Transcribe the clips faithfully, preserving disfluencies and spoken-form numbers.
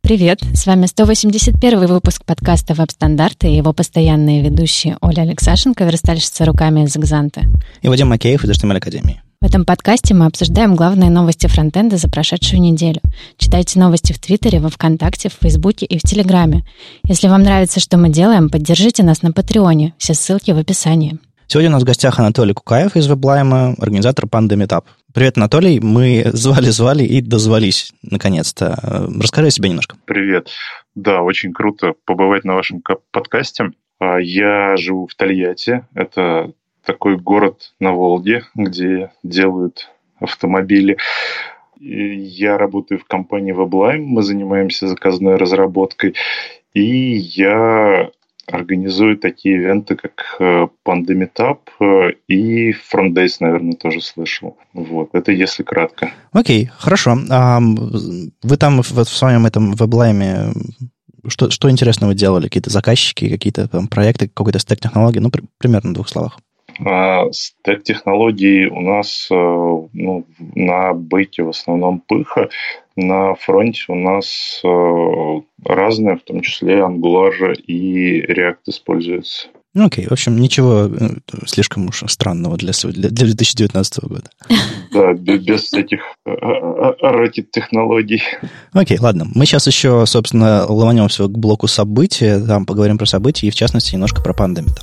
привет! С вами сто восемьдесят первый выпуск подкаста «Веб-стандарты» и его постоянные ведущие Оля Алексашенко, верстальщица руками из Экзанта. И Вадим Макеев из эйч ти эм эль-академии. В этом подкасте мы обсуждаем главные новости фронтенда за прошедшую неделю. Читайте новости в Твиттере, во Вконтакте, в Фейсбуке и в Телеграме. Если вам нравится, что мы делаем, поддержите нас на Патреоне. Все ссылки в описании. Сегодня у нас в гостях Анатолий Кукаев из WebLime, организатор Panda Meetup. Привет, Анатолий. Мы звали-звали и дозвались, наконец-то. Расскажи о себе немножко. Привет. Да, очень круто побывать на вашем подкасте. Я живу в Тольятти. Это такой город на Волге, где делают автомобили. Я работаю в компании WebLime. Мы занимаемся заказной разработкой. И я организую такие ивенты, как Panda Meetup и FrontDays, наверное, тоже слышал. Вот, это если кратко. Окей, хорошо. А вы там в, в своем этом WebLime что, что интересного делали? Какие-то заказчики, какие-то там проекты, какой-то стек технологий? Ну, при, примерно в двух словах. Стек технологий у нас ну, на бэке в основном пыха, на фронте у нас разные, в том числе Angular и React используются. Ну, окей, в общем, ничего слишком уж странного для, для две тысячи девятнадцатого года. Да, без всяких ракет-технологий. Окей, ладно. Мы сейчас еще, собственно, ломанемся к блоку событий, там поговорим про события и, в частности, немножко про Panda Meetup.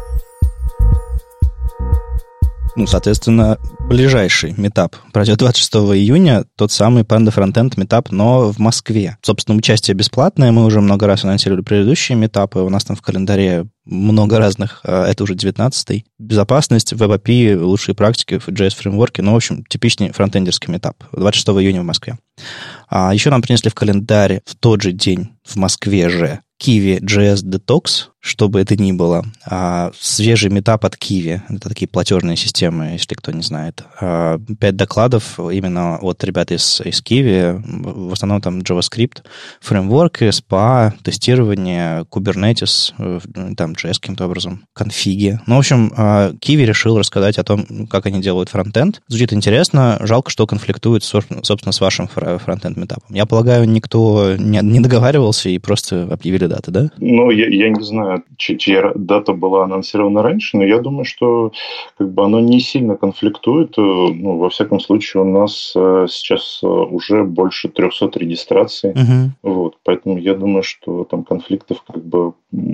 Ну, соответственно, ближайший метап пройдет двадцать шестого июня, тот самый Panda Frontend метап, но в Москве. Собственно, участие бесплатное, мы уже много раз анонсировали предыдущие метапы, у нас там в календаре много разных, это уже девятнадцатый. Безопасность, веб-эй пи ай, лучшие практики, джей эс-фреймворки, ну, в общем, типичный фронтендерский метап, двадцать шестого июня в Москве. А еще нам принесли в календарь в тот же день в Москве же Kiwi джей эс Detox, что бы это ни было. А, свежий метап от Kiwi. Это такие платежные системы, если кто не знает. А, пять докладов именно от ребят из, из Kiwi. В основном там JavaScript, фреймворк, эс пи эй, тестирование, Kubernetes, там джей эс каким-то образом, конфиги. Ну, в общем, Kiwi решил рассказать о том, как они делают фронтенд. Звучит интересно. Жалко, что конфликтует, собственно, с вашим фронтенд-метапом. Я полагаю, никто не, не договаривался и просто объявили даты, да? Ну, я, я не знаю, чья дата была анонсирована раньше, но я думаю, что как бы оно не сильно конфликтует. Ну, во всяком случае, у нас сейчас уже больше трехсот регистраций. Uh-huh. Вот, поэтому я думаю, что там конфликтов как бы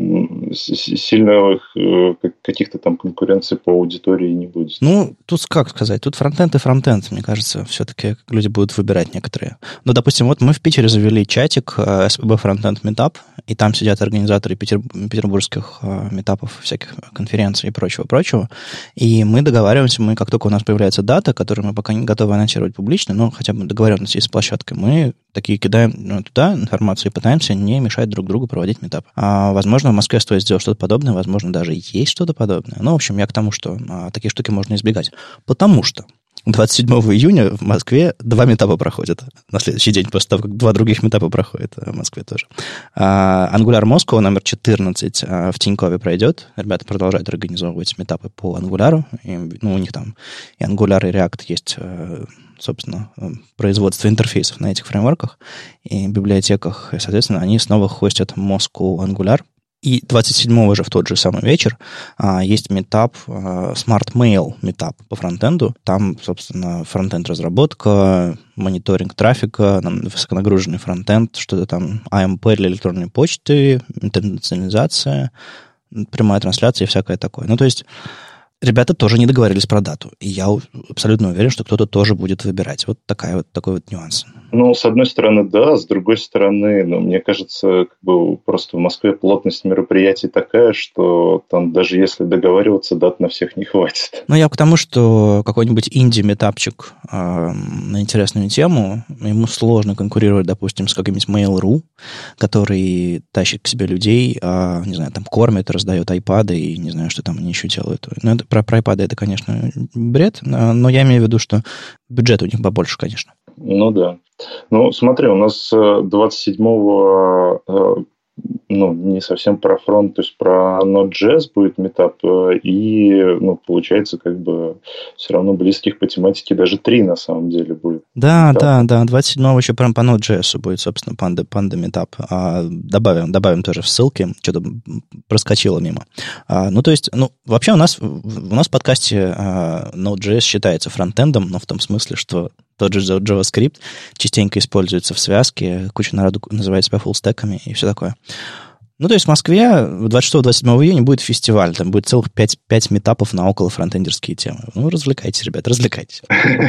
сильных каких-то там конкуренций по аудитории не будет. Ну, тут как сказать, тут фронтенд и фронтенд, мне кажется, все-таки люди будут выбирать некоторые. Ну, допустим, вот мы в Питере завели чатик эс пи би Frontend Meetup, и там сидят организаторы петер, петербургских э, метапов, всяких конференций и прочего-прочего. И мы договариваемся, мы, как только у нас появляется дата, которую мы пока не готовы анонсировать публично, но хотя бы договоренность есть с площадкой, мы такие кидаем ну, туда информацию и пытаемся не мешать друг другу проводить метап. А, возможно, в Москве стоит сделать что-то подобное, возможно, даже есть что-то подобное. Ну, в общем, я к тому, что а, такие штуки можно избегать. Потому что двадцать седьмого июня в Москве два метапа проходят. На следующий день, после того, как два других метапа проходят в Москве тоже. Angular Moscow номер четырнадцать в Тинькове пройдет. Ребята продолжают организовывать метапы по Angular. И, ну, у них там и Angular, и React есть, собственно, производство интерфейсов на этих фреймворках и библиотеках. И, соответственно, они снова хостят Moscow Angular. И двадцать седьмого же в тот же самый вечер а, есть метап, а, Smart Mail метап по фронтенду. Там, собственно, фронтенд-разработка, мониторинг трафика, высоконагруженный фронтенд, что-то там эй эм пи для электронной почты, интернационализация, прямая трансляция и всякое такое. Ну, то есть ребята тоже не договорились про дату. И я абсолютно уверен, что кто-то тоже будет выбирать. Вот, такая вот такой вот нюанс. Ну, с одной стороны, да, с другой стороны, ну, мне кажется, как бы просто в Москве плотность мероприятий такая, что там даже если договариваться, дат на всех не хватит. Ну, я к тому, что какой-нибудь инди-метапчик э, на интересную тему, ему сложно конкурировать, допустим, с каким-нибудь Mail.ru, который тащит к себе людей, э, не знаю, там кормит, раздает айпады и не знаю, что там они еще делают. Ну, это, про, про айпады это, конечно, бред, но я имею в виду, что бюджет у них побольше, конечно. Ну, да. Ну, смотри, у нас двадцать седьмого, ну, не совсем про фронт, то есть про Node.js будет метап, и, ну, получается, как бы все равно близких по тематике даже три, на самом деле, будет. Да, да, да, двадцать седьмого еще прям по Node.js будет, собственно, Panda, Panda Meetup. А, добавим, добавим тоже в ссылки, что-то проскочило мимо. А, ну, то есть, ну, вообще у нас, у нас в подкасте а, Node.js считается фронтендом, но в том смысле, что тот же JavaScript частенько используется в связке, куча народу называет себя фуллстеками и все такое. Ну, то есть в Москве двадцать шестого — двадцать седьмого июня будет фестиваль, там будет целых пять, пять митапов на около фронтендерские темы. Ну, развлекайтесь, ребят, развлекайтесь.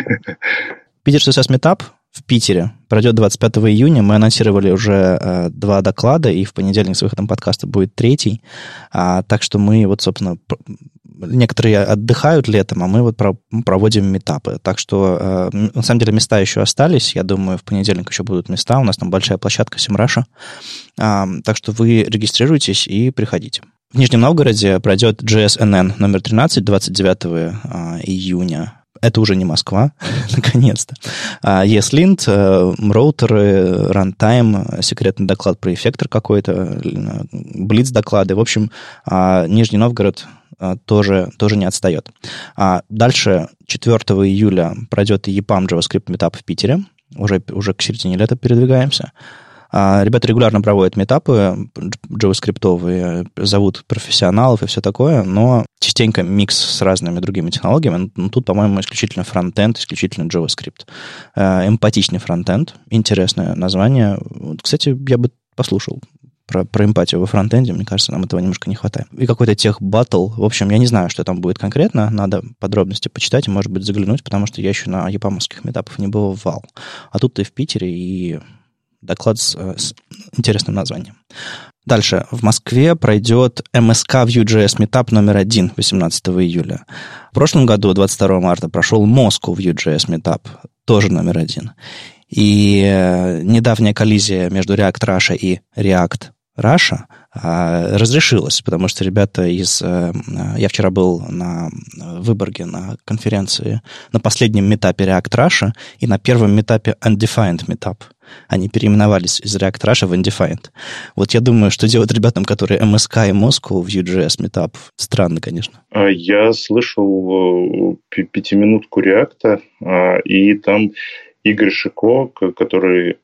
Питер си эс эс Meetup в Питере пройдет двадцать пятого июня. Мы анонсировали уже э, два доклада, и в понедельник с выходом подкаста будет третий. А, так что мы вот, собственно, некоторые отдыхают летом, а мы вот про, проводим митапы. Так что, э, на самом деле, места еще остались. Я думаю, в понедельник еще будут места. У нас там большая площадка Симраша. А, так что вы регистрируйтесь и приходите. В Нижнем Новгороде пройдет джей эс эн эн номер тринадцать двадцать девятого июня. Это уже не Москва, наконец-то. ESLint, роутеры, рантайм, секретный доклад про эффектор какой-то, блиц-доклады. В общем, Нижний Новгород тоже, тоже не отстает. Дальше четвёртого июля пройдет и EPAM JavaScript Meetup в Питере. Уже, уже к середине лета передвигаемся. Ребята регулярно проводят митапы джаваскриптовые, зовут профессионалов и все такое, но частенько микс с разными другими технологиями. Но тут, по-моему, исключительно фронтенд, исключительно JavaScript. Эмпатичный фронтенд, интересное название. Кстати, я бы послушал про, про эмпатию во фронтенде, мне кажется, нам этого немножко не хватает. И какой-то тех-баттл. В общем, я не знаю, что там будет конкретно, надо подробности почитать и, может быть, заглянуть, потому что я еще на япамовских митапах не бывал. А тут ты в Питере, и доклад с, с интересным названием. Дальше. В Москве пройдет эм эс кей Vue.js Meetup номер один восемнадцатого июля. В прошлом году, двадцать второго марта, прошел Moscow Vue.js Meetup, тоже номер один. И недавняя коллизия между React Russia и React Russia разрешилась, потому что ребята из... Я вчера был на Выборге на конференции, на последнем митапе React Russia и на первом митапе Undefined Meetup. Они переименовались из React Russia в Undefined. Вот я думаю, что делать ребятам, которые эм эс кей и Moscow, Vue.js Meetup, странно, конечно. Я слышал пятиминутку React, и там Игорь Шико, который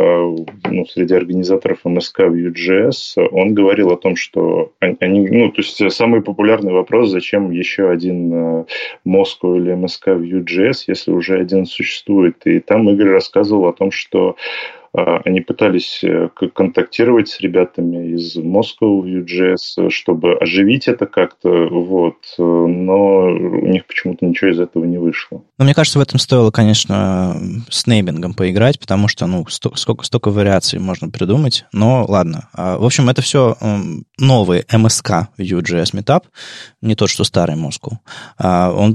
ну, среди организаторов эм эс кей Vue.js, он говорил о том, что они, ну, то есть самый популярный вопрос, зачем еще один Moscow или эм эс кей Vue.js, если уже один существует. И там Игорь рассказывал о том, что они пытались контактировать с ребятами из Moscow Vue.js, чтобы оживить это как-то, вот, но у них почему-то ничего из этого не вышло. Но мне кажется, в этом стоило, конечно, с неймингом поиграть, потому что, ну, сто, сколько, столько вариаций можно придумать, но ладно. В общем, это все новый эм эс кей Vue.js Meetup, не тот, что старый Moscow. Он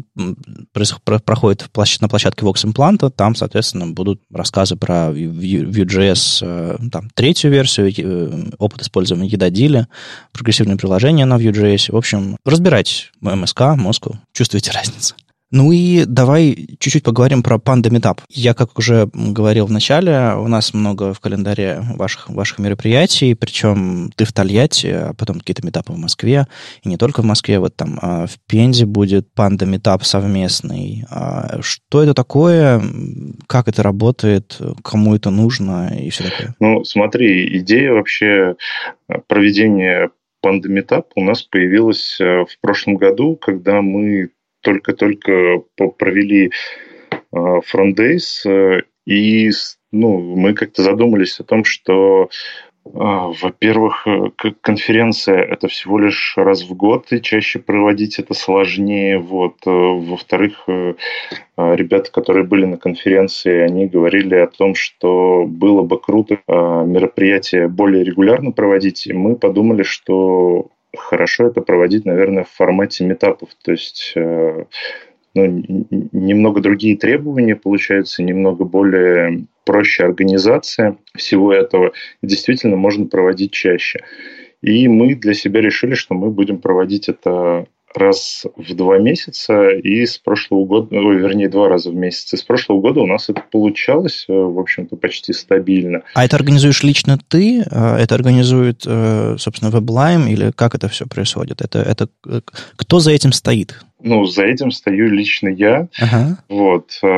проходит на площадке Vox Implant, там, соответственно, будут рассказы про Vue.js, там, третью версию, опыт использования Едодили, прогрессивные приложения на Vue.js. В общем, разбирайтесь. эм эс кей, Moscow, чувствуете разницу. Ну и давай чуть-чуть поговорим про Panda Meetup. Я, как уже говорил в начале, у нас много в календаре ваших, ваших мероприятий, причем ты в Тольятти, а потом какие-то митапы в Москве, и не только в Москве, вот там в Пензе будет Panda Meetup совместный. Что это такое, как это работает, кому это нужно и все такое? Ну, смотри, идея вообще проведения Panda Meetup у нас появилась в прошлом году, когда мы только-только провели Front Days, и ну, мы как-то задумались о том, что, во-первых, конференция – это всего лишь раз в год, и чаще проводить это сложнее. Вот. Во-вторых, ребята, которые были на конференции, они говорили о том, что было бы круто мероприятие более регулярно проводить, и мы подумали, что хорошо это проводить, наверное, в формате митапов. То есть ну, немного другие требования получаются, немного более проще организация всего этого. И действительно можно проводить чаще. И мы для себя решили, что мы будем проводить это раз в два месяца, и с прошлого года, ой, вернее, два раза в месяц. И с прошлого года у нас это получалось, в общем-то, почти стабильно. А это организуешь лично ты? Это организует, собственно, WebLime? Или как это все происходит? Это, это кто за этим стоит? Ну, за этим стою лично я. Ага. Вот.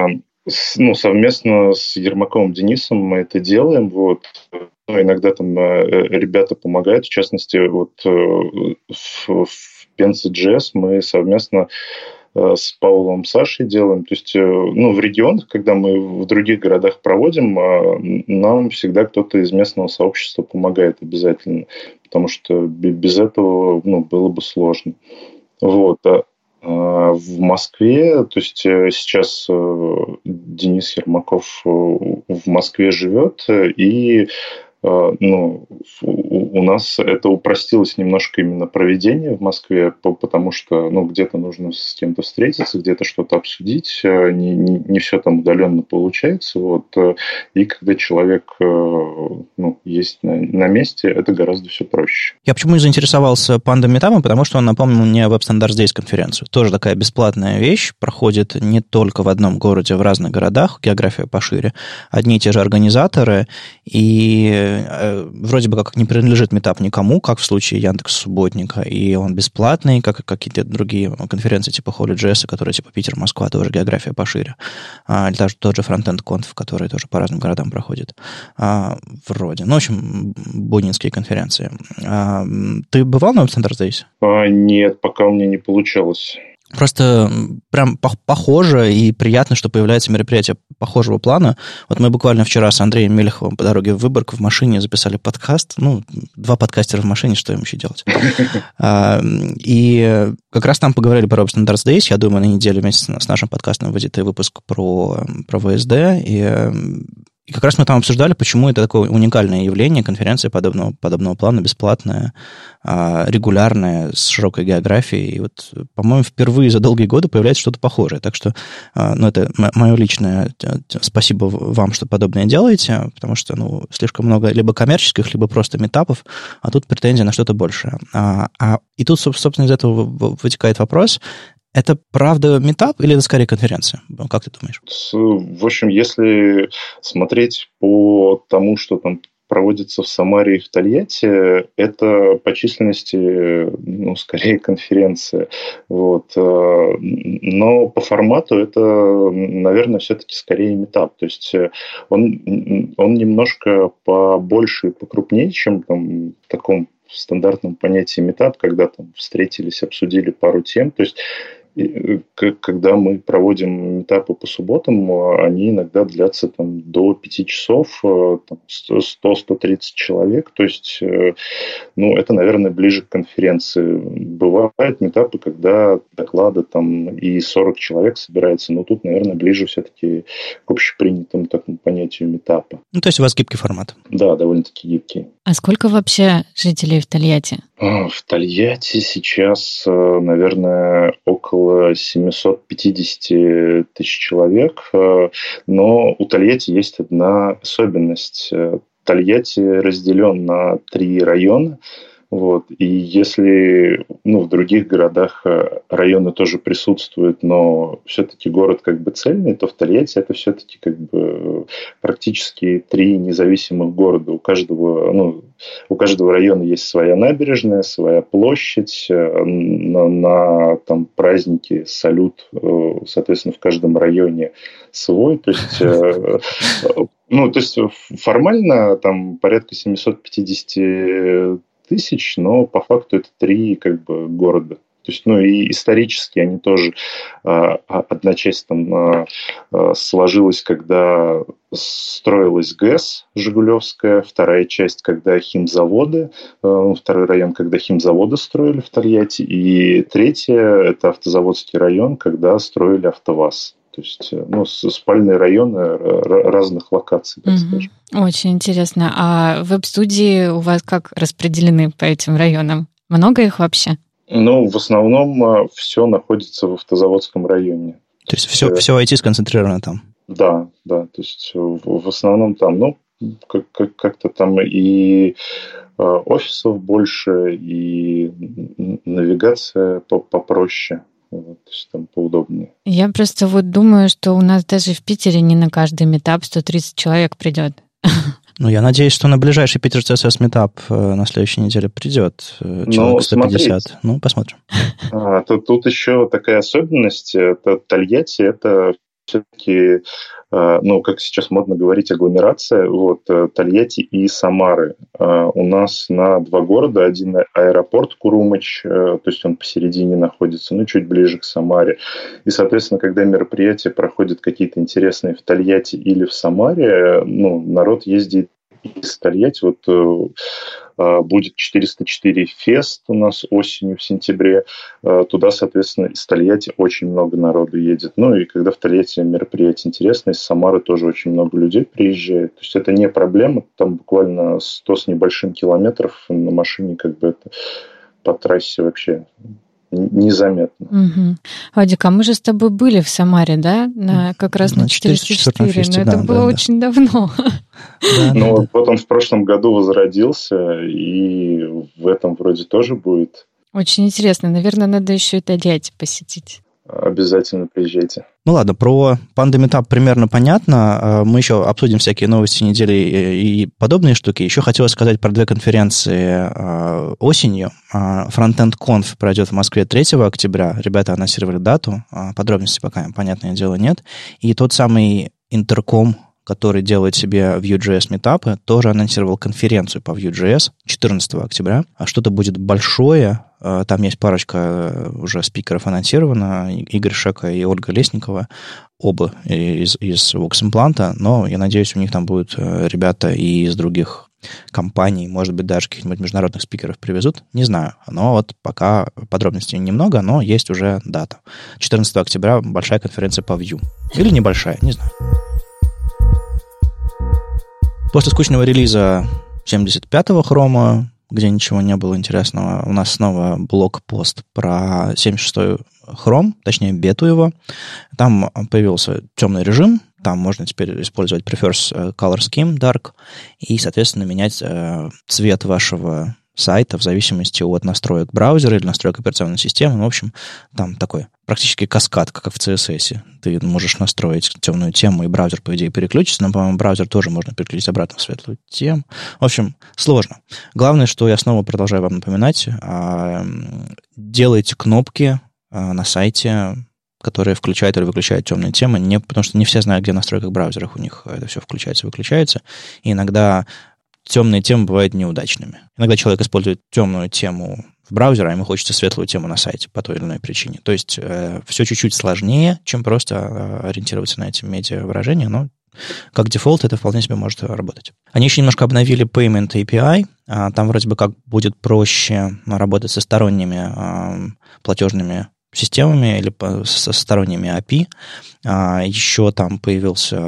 ну, совместно с Ермаковым Денисом мы это делаем. Вот. Ну, иногда там ребята помогают. В частности, вот в, в Pensa.js мы совместно с Павлом Сашей делаем. То есть, ну, в регионах, когда мы в других городах проводим, нам всегда кто-то из местного сообщества помогает обязательно, потому что без этого, ну, было бы сложно. Вот. В Москве, то есть сейчас Денис Ермаков в Москве живет, и ну, у нас это упростилось немножко именно проведение в Москве, потому что ну, где-то нужно с кем-то встретиться, где-то что-то обсудить, не, не, не все там удаленно получается. Вот. И когда человек ну, есть на, на месте, это гораздо все проще. Я почему и заинтересовался Panda Meetup, потому что он напомнил мне Web Standards Days конференцию. Тоже такая бесплатная вещь, проходит не только в одном городе, в разных городах, география пошире. Одни и те же организаторы, и вроде бы как не принадлежит Meetup никому, как в случае Яндекс.Субботника, и он бесплатный, как и какие-то другие конференции типа HolyJS, которые типа Питер, Москва, тоже география пошире. Или даже тот же Frontend Conf, который тоже по разным городам проходит. Вроде. Ну, в общем, буднинские конференции. Ты бывал на Web Standards Days? А, нет, пока у меня не получалось. Просто прям похоже и приятно, что появляется мероприятие похожего плана. Вот мы буквально вчера с Андреем Мелеховым по дороге в Выборг в машине записали подкаст. Ну, два подкастера в машине, что им еще делать? И как раз там поговорили про Web Standards Days. Я думаю, на неделю вместе с нашим подкастом выйдет и выпуск про, про ви эс ди. И И как раз мы там обсуждали, почему это такое уникальное явление, конференция подобного, подобного плана, бесплатная, регулярная, с широкой географией. И вот, по-моему, впервые за долгие годы появляется что-то похожее. Так что, ну, это мое личное спасибо вам, что подобное делаете, потому что, ну, слишком много либо коммерческих, либо просто митапов, а тут претензия на что-то большее. А, а, и тут, собственно, из этого вытекает вопрос, это правда митап или это скорее конференция? Как ты думаешь? В общем, если смотреть по тому, что там проводится в Самаре и в Тольятти, это по численности, ну, скорее конференция. Вот. Но по формату это, наверное, все-таки скорее митап. То есть он, он немножко побольше и покрупнее, чем там, в таком стандартном понятии митап, когда там встретились, обсудили пару тем. То есть когда мы проводим митапы по субботам, они иногда длятся там, до пяти часов, сто - сто тридцать человек. То есть, ну, это, наверное, ближе к конференции. Бывают митапы, когда доклады там и сорок человек собирается, но тут, наверное, ближе все-таки к общепринятому такому понятию митапа. Ну, то есть у вас гибкий формат? Да, довольно-таки гибкий. А сколько вообще жителей в Тольятти? В Тольятти сейчас, наверное, около семьсот пятьдесят тысяч человек, но у Тольятти есть одна особенность. Тольятти разделен на три района. Вот. И если ну, в других городах районы тоже присутствуют, но все-таки город как бы цельный, то в Тольятти это все-таки как бы практически три независимых города. У каждого, ну, у каждого района есть своя набережная, своя площадь, на, на там, праздники, салют, соответственно, в каждом районе свой. То есть, ну, то есть формально там порядка семьсот пятьдесят тысяч, но по факту это три как бы города. То есть, ну и исторически они тоже а, одна часть там а, сложилась, когда строилась ГЭС Жигулевская, вторая часть, когда химзаводы, а, второй район, когда химзаводы строили в Тольятти, и третья это автозаводский район, когда строили АвтоВАЗ. То есть, ну, спальные районы разных локаций, так mm-hmm. скажем. Очень интересно. А веб-студии у вас как распределены по этим районам? Много их вообще? Ну, в основном все находится в автозаводском районе. То есть все, все ай ти сконцентрировано там? Да, да. То есть в основном там, ну, как- как- как-то там и офисов больше, и навигация попроще. Вот, то есть там поудобнее. Я просто вот думаю, что у нас даже в Питере не на каждый митап сто тридцать человек придет. Ну, я надеюсь, что на ближайший Питер си эс эс митап на следующей неделе придет человек сто пятьдесят. Смотрите. Ну, посмотрим. А, тут, тут еще такая особенность. Это Тольятти, это все-таки, ну, как сейчас модно говорить, агломерация, вот, Тольятти и Самары. У нас на два города, один аэропорт Курумыч, то есть он посередине находится, ну, чуть ближе к Самаре. И, соответственно, когда мероприятия проходят какие-то интересные в Тольятти или в Самаре, ну, народ ездит из Тольятти. Вот будет четыреста четыре фест у нас осенью в сентябре. Туда, соответственно, из Тольятти очень много народу едет. Ну и когда в Тольятти мероприятие интересное, из Самары тоже очень много людей приезжает. То есть это не проблема. Там буквально сто с небольшим километров на машине, как бы это по трассе вообще незаметно. Угу. Вадик, а мы же с тобой были в Самаре, да? На, как раз на, на четыреста четыре, фесте, но да, это было да, очень да. давно. Да, ну, да, вот он в прошлом году возродился, и в этом вроде тоже будет. Очень интересно. Наверное, надо еще и Тольятти посетить. Обязательно приезжайте. Ну ладно, про Panda Meetup примерно понятно. Мы еще обсудим всякие новости недели и подобные штуки. Еще хотелось сказать про две конференции осенью. Frontend Conf пройдет в Москве третьего октября. Ребята анонсировали дату. Подробностей пока, понятное дело, нет. И тот самый Интерком, который делает себе Vue.js метапы, тоже анонсировал конференцию по Vue.js четырнадцатого октября. А что-то будет большое. Там есть парочка уже спикеров анонсировано. Игорь Шека и Ольга Лесникова. Оба из, из VoxImplant. Но я надеюсь, у них там будут ребята и из других компаний. Может быть, даже каких-нибудь международных спикеров привезут. Не знаю. Но вот пока подробностей немного, но есть уже дата. четырнадцатого октября большая конференция по Vue. Или небольшая, не знаю. После скучного релиза семьдесят пятого хрома, где ничего не было интересного, у нас снова блог-пост про семьдесят шестой хром, точнее, бету его. Там появился темный режим, там можно теперь использовать Prefers Color Scheme Dark и, соответственно, менять цвет вашего сайта в зависимости от настроек браузера или настроек операционной системы. В общем, там такой практически каскад, как в си эс эс. Ты можешь настроить темную тему, и браузер, по идее, переключится. Но, по-моему, браузер тоже можно переключить обратно в светлую тему. В общем, сложно. Главное, что я снова продолжаю вам напоминать, делайте кнопки на сайте, которые включают или выключают темные темы, не, потому что не все знают, где в настройках браузеров у них это все включается и выключается. И иногда темные темы бывают неудачными. Иногда человек использует темную тему в браузере, а ему хочется светлую тему на сайте по той или иной причине. То есть э, все чуть-чуть сложнее, чем просто э, ориентироваться на эти медиа-выражения, но как дефолт это вполне себе может работать. Они еще немножко обновили Payment эй пи ай. А, там вроде бы как будет проще работать со сторонними э, платежными системами или по, со сторонними эй пи ай. А, еще там появился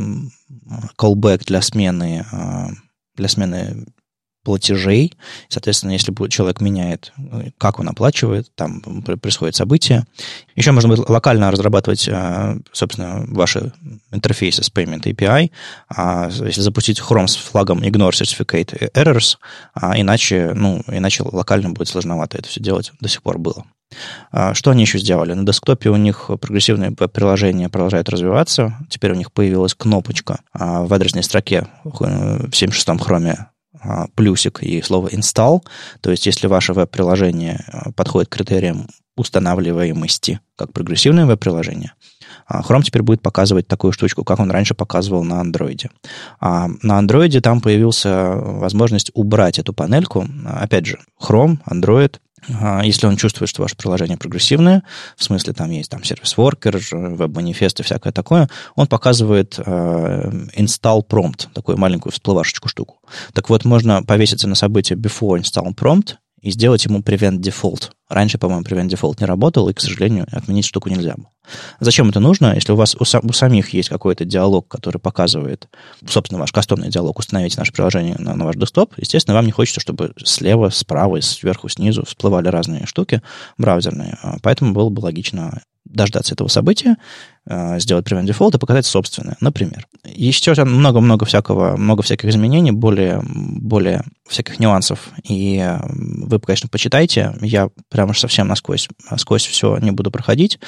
callback для смены э, для смены платежей. Соответственно, если человек меняет, как он оплачивает, там происходит событие. Еще можно будет локально разрабатывать, собственно, ваши интерфейсы с Payment эй пи ай. Если запустить Chrome с флагом Ignore Certificate Errors, иначе, ну, иначе локально будет сложновато это все делать. До сих пор было. Что они еще сделали? На десктопе у них прогрессивное приложение продолжает развиваться. Теперь у них появилась кнопочка в адресной строке в семьдесят шестом хроме плюсик и слово install. То есть, если ваше веб-приложение подходит к критериям устанавливаемости как прогрессивное веб-приложение, Chrome теперь будет показывать такую штучку, как он раньше показывал на Android. А на Android там появилась возможность убрать эту панельку. Опять же, Chrome, Android. Если он чувствует, что ваше приложение прогрессивное, в смысле там есть там сервис-воркер, веб-манифест и всякое такое, он показывает э, install prompt, такую маленькую всплывашечку штуку. Так вот, можно повеситься на событие before install prompt и сделать ему prevent default. Раньше, по-моему, prevent default не работал, и, к сожалению, отменить штуку нельзя было. Зачем это нужно? Если у вас у, сам, у самих есть какой-то диалог, который показывает, собственно, ваш кастомный диалог, установите наше приложение на, на ваш десктоп, естественно, вам не хочется, чтобы слева, справа, сверху, снизу всплывали разные штуки браузерные. Поэтому было бы логично дождаться этого события, сделать prevent default и показать собственное, например. Еще там много-много всякого, много всяких изменений, более, более всяких нюансов. И вы, конечно, почитайте. Я прямо совсем насквозь, насквозь все не буду проходить.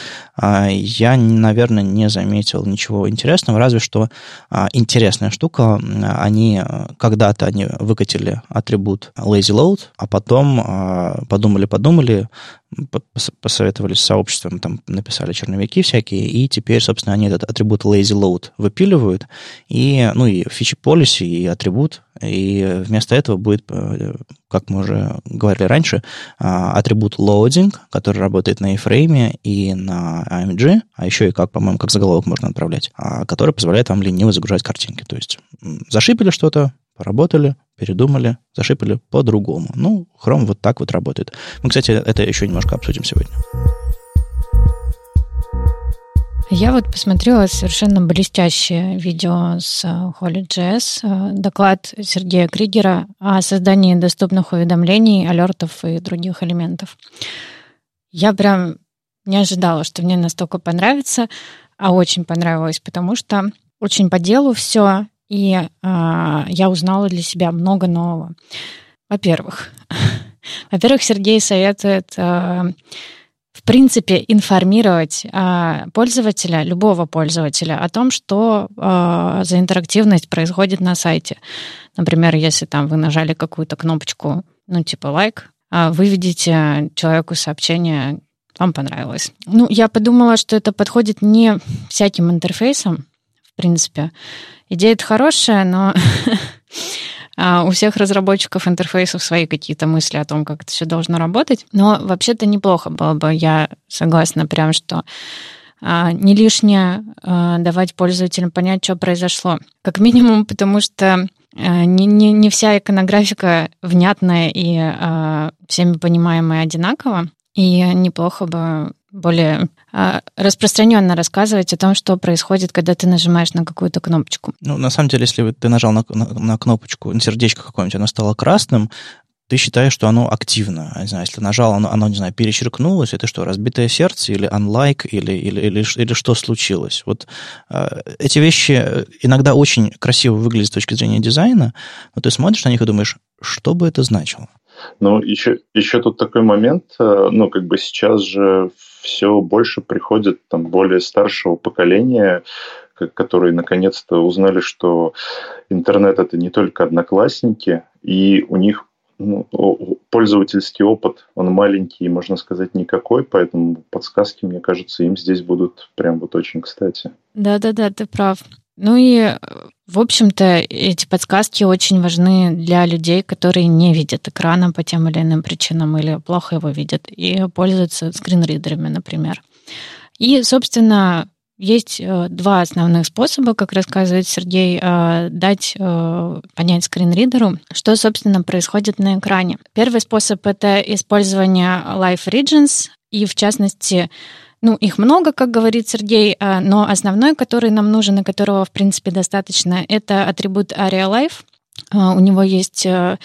Я, наверное, не заметил ничего интересного, разве что интересная штука. Они когда-то они выкатили атрибут lazy load, а потом подумали-подумали, посоветовались с сообществом, там написали черновики всякие, и теперь теперь, собственно, они этот атрибут lazy load выпиливают, и, ну, и feature policy, и атрибут, и вместо этого будет, как мы уже говорили раньше, атрибут loading, который работает на iframe и на эй эм джи, а еще и, как, по-моему, как заголовок можно отправлять, который позволяет вам лениво загружать картинки. То есть зашипели что-то, поработали, передумали, зашипели по-другому. Ну, Chrome вот так вот работает. Мы, кстати, это еще немножко обсудим сегодня. Я вот посмотрела совершенно блестящее видео с Holy.js, доклад Сергея Кригера о создании доступных уведомлений, алертов и других элементов. Я прям не ожидала, что мне настолько понравится, а очень понравилось, потому что очень по делу все, и э, я узнала для себя много нового. Во-первых, во-первых, Сергей советует э, в принципе информировать э, пользователя, любого пользователя, о том, что э, за интерактивность происходит на сайте. Например, если там вы нажали какую-то кнопочку, ну типа лайк, э, вы видите человеку сообщение, вам понравилось. Ну, я подумала, что это подходит не всяким интерфейсам, в принципе. Идея-то хорошая, но у всех разработчиков интерфейсов свои какие-то мысли о том, как это все должно работать. Но вообще-то неплохо было бы, я согласна прям, что не лишнее давать пользователям понять, что произошло. Как минимум, потому что не, не, не вся иконографика внятная и всеми понимаемая одинаково. И неплохо бы более а, распространенно рассказывать о том, что происходит, когда ты нажимаешь на какую-то кнопочку. Ну, на самом деле, если ты нажал на, на, на кнопочку, на сердечко какое-нибудь, оно стало красным, ты считаешь, что оно активно. Не знаю, если нажал, оно, оно, не знаю, перечеркнулось, это что, разбитое сердце или unlike, или, или, или, или что случилось? Вот э, эти вещи иногда очень красиво выглядят с точки зрения дизайна, но ты смотришь на них и думаешь, что бы это значило? Ну, еще, еще тут такой момент, ну, как бы сейчас же все больше приходит там более старшего поколения, которые наконец-то узнали, что интернет — это не только одноклассники, и у них ну, пользовательский опыт, он маленький, можно сказать, никакой, поэтому подсказки, мне кажется, им здесь будут прям вот очень кстати. Да-да-да, ты прав. Ну и, в общем-то, эти подсказки очень важны для людей, которые не видят экрана по тем или иным причинам или плохо его видят и пользуются скринридерами, например. И, собственно, есть два основных способа, как рассказывает Сергей, дать понять скринридеру, что, собственно, происходит на экране. Первый способ — это использование Live Regions, и, в частности, ну, их много, как говорит Сергей, но основной, который нам нужен и которого, в принципе, достаточно, это атрибут AreaLive. У него есть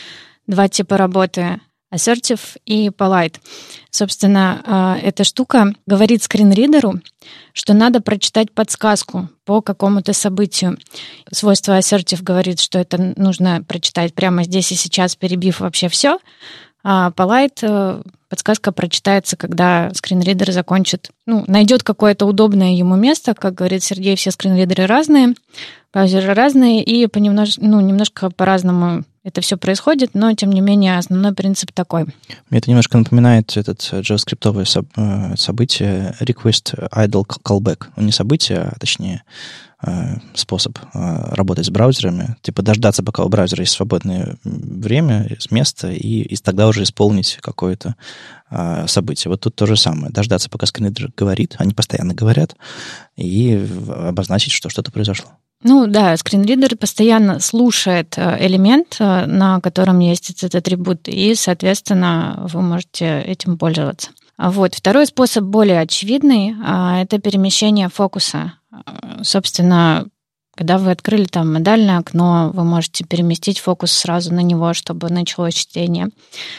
два типа работы — Assertive и Polite. Собственно, эта штука говорит скринридеру, что надо прочитать подсказку по какому-то событию. Свойство Assertive говорит, что это нужно прочитать прямо здесь и сейчас, перебив вообще все. А Polite подсказка прочитается, когда скринридер закончит, ну, найдет какое-то удобное ему место. Как говорит Сергей, все скринридеры разные, браузеры разные, и понемнож... ну, немножко по-разному это все происходит, но, тем не менее, основной принцип такой. Мне это немножко напоминает этот JavaScript-овое событие request idle callback. Ну, не событие, а точнее способ работать с браузерами. Типа дождаться, пока у браузера есть свободное время, место, и, и тогда уже исполнить какое-то событие. Вот тут то же самое. Дождаться, пока скринридер говорит, они постоянно говорят, и обозначить, что что-то произошло. Ну да, скринридер постоянно слушает элемент, на котором есть этот атрибут, и, соответственно, вы можете этим пользоваться. Вот. Второй способ более очевидный – это перемещение фокуса. Собственно, когда вы открыли там модальное окно, вы можете переместить фокус сразу на него, чтобы началось чтение.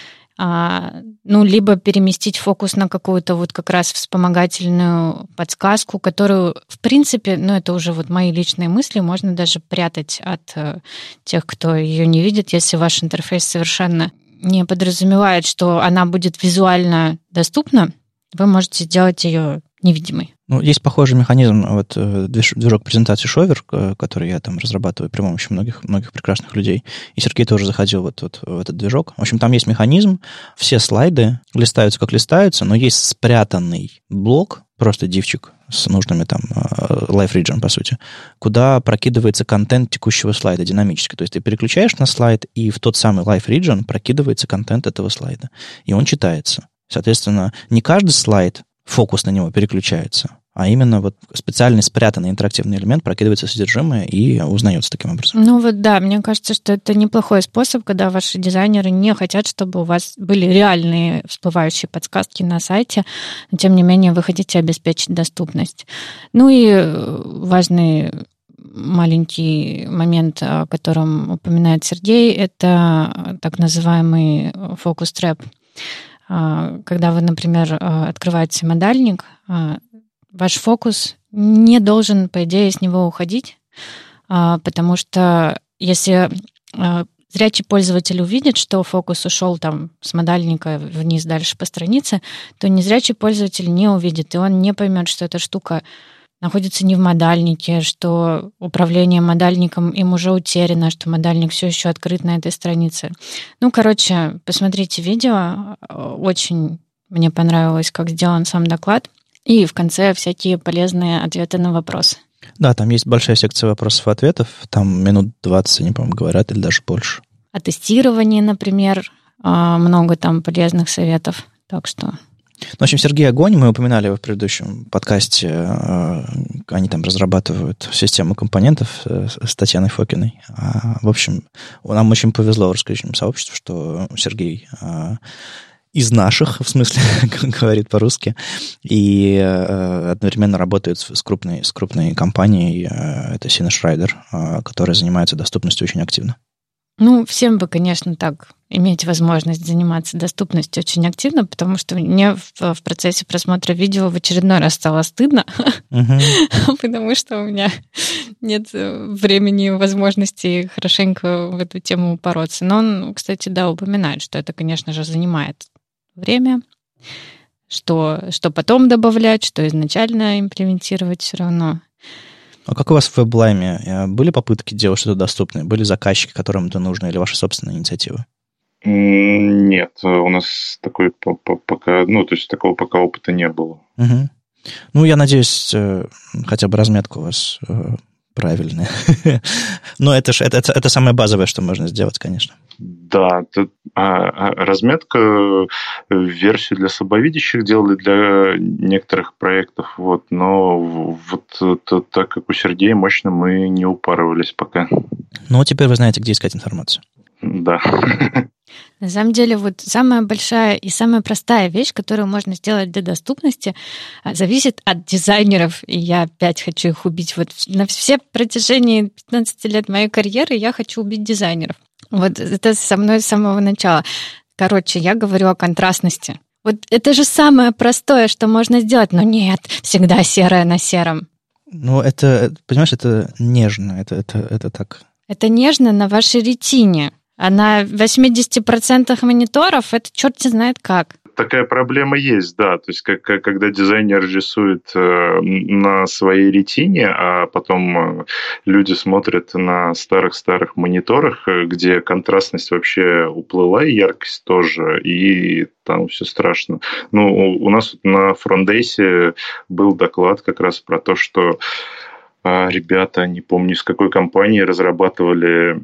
Ну, либо переместить фокус на какую-то вот как раз вспомогательную подсказку, которую, в принципе, ну, это уже вот мои личные мысли, можно даже прятать от тех, кто ее не видит, если ваш интерфейс совершенно не подразумевает, что она будет визуально доступна, вы можете сделать ее невидимой. Ну, есть похожий механизм, вот движок презентации Shower, который я там разрабатываю при помощи многих, многих прекрасных людей. И Сергей тоже заходил вот, вот в этот движок. В общем, там есть механизм, все слайды листаются как листаются, но есть спрятанный блок, просто дивчик с нужными там live region, по сути, куда прокидывается контент текущего слайда динамически. То есть ты переключаешь на слайд, и в тот самый live region прокидывается контент этого слайда. И он читается. Соответственно, не каждый слайд, фокус на него переключается, а именно вот специальный спрятанный интерактивный элемент прокидывается содержимое и узнается таким образом. Ну вот да, мне кажется, что это неплохой способ, когда ваши дизайнеры не хотят, чтобы у вас были реальные всплывающие подсказки на сайте, но тем не менее вы хотите обеспечить доступность. Ну и важный маленький момент, о котором упоминает Сергей, это так называемый focus trap. Когда вы, например, открываете модальник, ваш фокус не должен, по идее, с него уходить, потому что если зрячий пользователь увидит, что фокус ушел там с модальника вниз дальше по странице, то незрячий пользователь не увидит, и он не поймет, что эта штука находится не в модальнике, что управление модальником им уже утеряно, что модальник все еще открыт на этой странице. Ну, короче, посмотрите видео. Очень мне понравилось, как сделан сам доклад. И в конце всякие полезные ответы на вопросы. Да, там есть большая секция вопросов и ответов. Там минут двадцать, они, по-моему, говорят, или даже больше. О тестировании, например. Много там полезных советов. Так что... Ну, в общем, Сергей Огонь, мы упоминали его в предыдущем подкасте, они там разрабатывают систему компонентов с Татьяной Фокиной. В общем, нам очень повезло в русскоязычном сообществе, что Сергей из наших, в смысле, говорит по-русски, и одновременно работает с крупной, с крупной компанией, это Sinuschreider, которая занимается доступностью очень активно. Ну, всем бы, конечно, так иметь возможность заниматься доступностью очень активно, потому что мне в, в процессе просмотра видео в очередной раз стало стыдно, uh-huh. потому что у меня нет времени и возможности хорошенько в эту тему упороться. Но он, кстати, да, упоминает, что это, конечно же, занимает время, что, что потом добавлять, что изначально имплементировать все равно. А как у вас в WebLime? Были попытки делать что-то доступное? Были заказчики, которым это нужно, или ваша собственная инициатива? Нет, у нас такой пока, ну, то есть такого пока опыта не было. Угу. Ну, я надеюсь, хотя бы разметка у вас правильная. Но это же это, это, это самое базовое, что можно сделать, конечно. Да, это, а, разметка, версию для слабовидящих делали для некоторых проектов, вот, но вот это, так как у Сергея мощно мы не упарывались пока. Ну, теперь вы знаете, где искать информацию. Да. На самом деле, вот самая большая и самая простая вещь, которую можно сделать для доступности, зависит от дизайнеров. И я опять хочу их убить. Вот на все протяжении пятнадцати лет моей карьеры я хочу убить дизайнеров. Вот это со мной с самого начала. Короче, я говорю о контрастности. Вот это же самое простое, что можно сделать. Но нет, всегда серое на сером. Ну, это, понимаешь, это нежно. Это, это, это так. Это нежно на вашей ретине. А на восемьдесят процентов мониторов это черт знает как. Такая проблема есть, да. То есть, как, когда дизайнер рисует на своей ретине, а потом люди смотрят на старых-старых мониторах, где контрастность вообще уплыла, и яркость тоже, и там все страшно. Ну, у нас на Фрондейсе был доклад как раз про то, что ребята, не помню, с какой компании, разрабатывали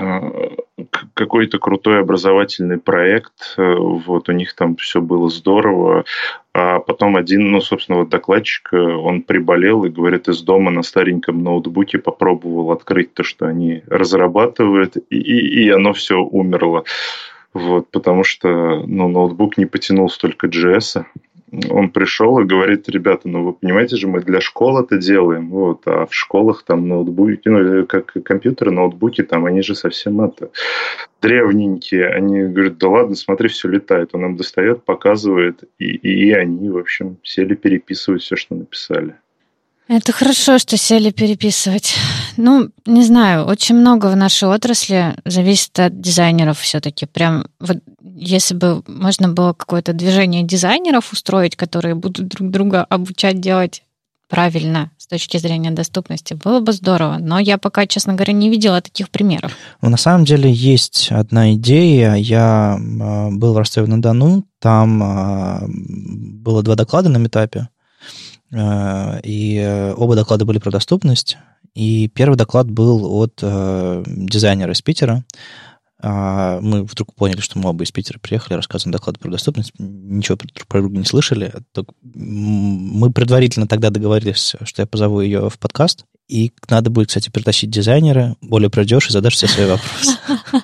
какой-то крутой образовательный проект, вот, у них там все было здорово, а потом один, ну, собственно, вот докладчик, он приболел и, говорит, из дома на стареньком ноутбуке попробовал открыть то, что они разрабатывают, и, и, и оно все умерло, вот, потому что, ну, ноутбук не потянул столько джей эс. Он пришел и говорит: ребята, ну вы понимаете же, мы для школ это делаем, вот, а в школах там ноутбуки, ну, как компьютеры, ноутбуки, там, они же совсем это, древненькие. Они говорят: да ладно, смотри, все летает. Он им достает, показывает, и, и они, в общем, сели переписывать все, что написали. Это хорошо, что сели переписывать. Ну, не знаю, очень много в нашей отрасли зависит от дизайнеров все-таки. Прям вот если бы можно было какое-то движение дизайнеров устроить, которые будут друг друга обучать делать правильно с точки зрения доступности, было бы здорово. Но я пока, честно говоря, не видела таких примеров. Ну, на самом деле есть одна идея. Я был в Ростове-на-Дону, там было два доклада на митапе. и оба доклада были про доступность. И первый доклад был от дизайнера из Питера. Мы вдруг поняли, что мы оба из Питера приехали, рассказываем доклад про доступность, ничего друг про друга не слышали. Мы предварительно тогда договорились, что я позову ее в подкаст, и надо будет, кстати, притащить дизайнера, более придешь и задашь все свои вопросы.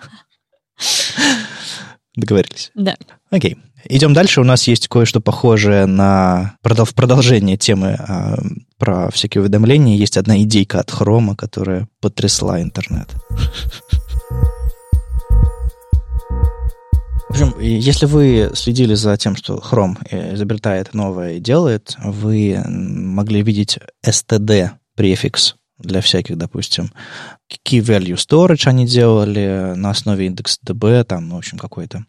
Договорились? Да. Окей. Идем дальше. У нас есть кое-что похожее на в продолжение темы а, про всякие уведомления. Есть одна идейка от Chrome, которая потрясла интернет. В общем, если вы следили за тем, что Chrome изобретает новое и делает, вы могли видеть эс ти ди-префикс для всяких, допустим, Key Value Storage они делали на основе IndexedDB, там, ну, в общем, какой-то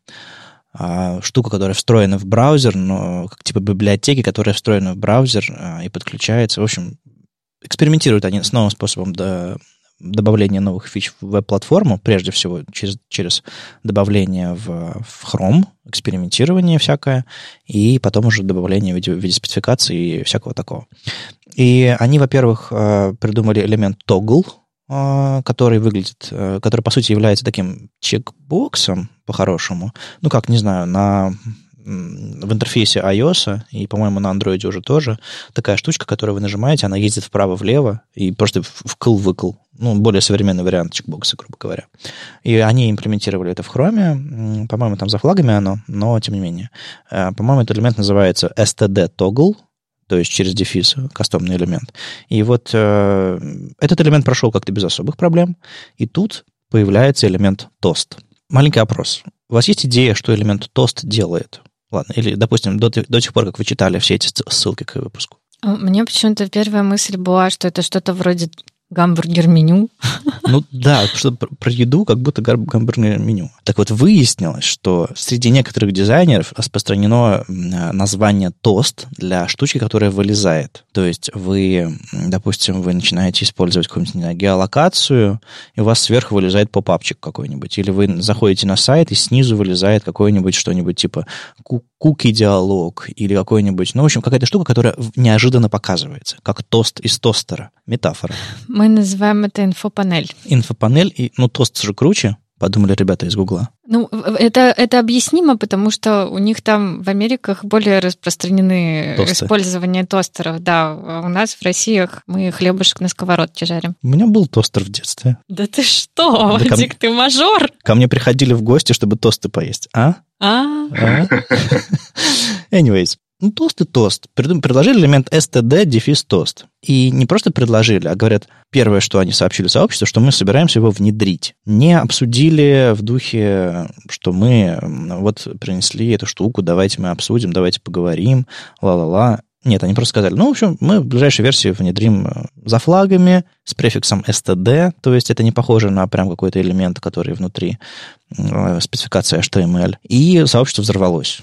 а, штука, которая встроена в браузер, но как типа библиотеки, которая встроена в браузер а, и подключается. В общем, экспериментируют они с новым способом до добавления новых фич в веб-платформу, прежде всего через, через добавление в, в Chrome, экспериментирование всякое, и потом уже добавление в виде, в виде спецификации и всякого такого. И они, во-первых, придумали элемент toggle, который выглядит, который, по сути, является таким чекбоксом, по-хорошему. Ну, как, не знаю, на... в интерфейсе iOS, и, по-моему, на Android уже тоже, такая штучка, которую вы нажимаете, она ездит вправо-влево и просто вкл-выкл. Ну, более современный вариант чекбокса, грубо говоря. И они имплементировали это в Chrome. По-моему, там за флагами оно, но тем не менее. По-моему, этот элемент называется эс ти ди-toggle, то есть через дефис, кастомный элемент. И вот э, этот элемент прошел как-то без особых проблем, и тут появляется элемент toast. Маленький опрос. У вас есть идея, что элемент toast делает? Ладно, или, допустим, до, до тех пор, как вы читали все эти ссылки к выпуску. Мне почему-то первая мысль была, что это что-то вроде гамбургер-меню. Ну да, что про, про еду, как будто гамбургер-меню. Так вот, выяснилось, что среди некоторых дизайнеров распространено название тост для штучки, которая вылезает. То есть вы, допустим, вы начинаете использовать какую-нибудь, не знаю, геолокацию, и у вас сверху вылезает поп-апчик какой-нибудь. Или вы заходите на сайт, и снизу вылезает какой-нибудь что-нибудь типа куки-диалог или какой-нибудь... Ну, в общем, какая-то штука, которая неожиданно показывается, как тост из тостера. Метафора. Мы называем это инфопанель. Инфопанель, и, ну, тост же круче, подумали ребята из Гугла. Ну, это, это объяснимо, потому что у них там в Америках более распространены Тосты. Использование тостеров. Да, у нас в России мы хлебушек на сковородке жарим. У меня был тостер в детстве. Да ты что, да Вадик, ко... ты мажор? Ко мне приходили в гости, чтобы тосты поесть. А? А? Anyways. Ну, тост и тост. Предложили элемент эс ти ди-тост. И не просто предложили, а говорят, первое, что они сообщили сообществу, что мы собираемся его внедрить. Не обсудили в духе, что мы вот принесли эту штуку, давайте мы обсудим, давайте поговорим, ла-ла-ла. Нет, они просто сказали, ну, в общем, мы в ближайшей версии внедрим за флагами с префиксом эс ти ди, то есть это не похоже на прям какой-то элемент, который внутри спецификации эйч ти эм эль. И сообщество взорвалось.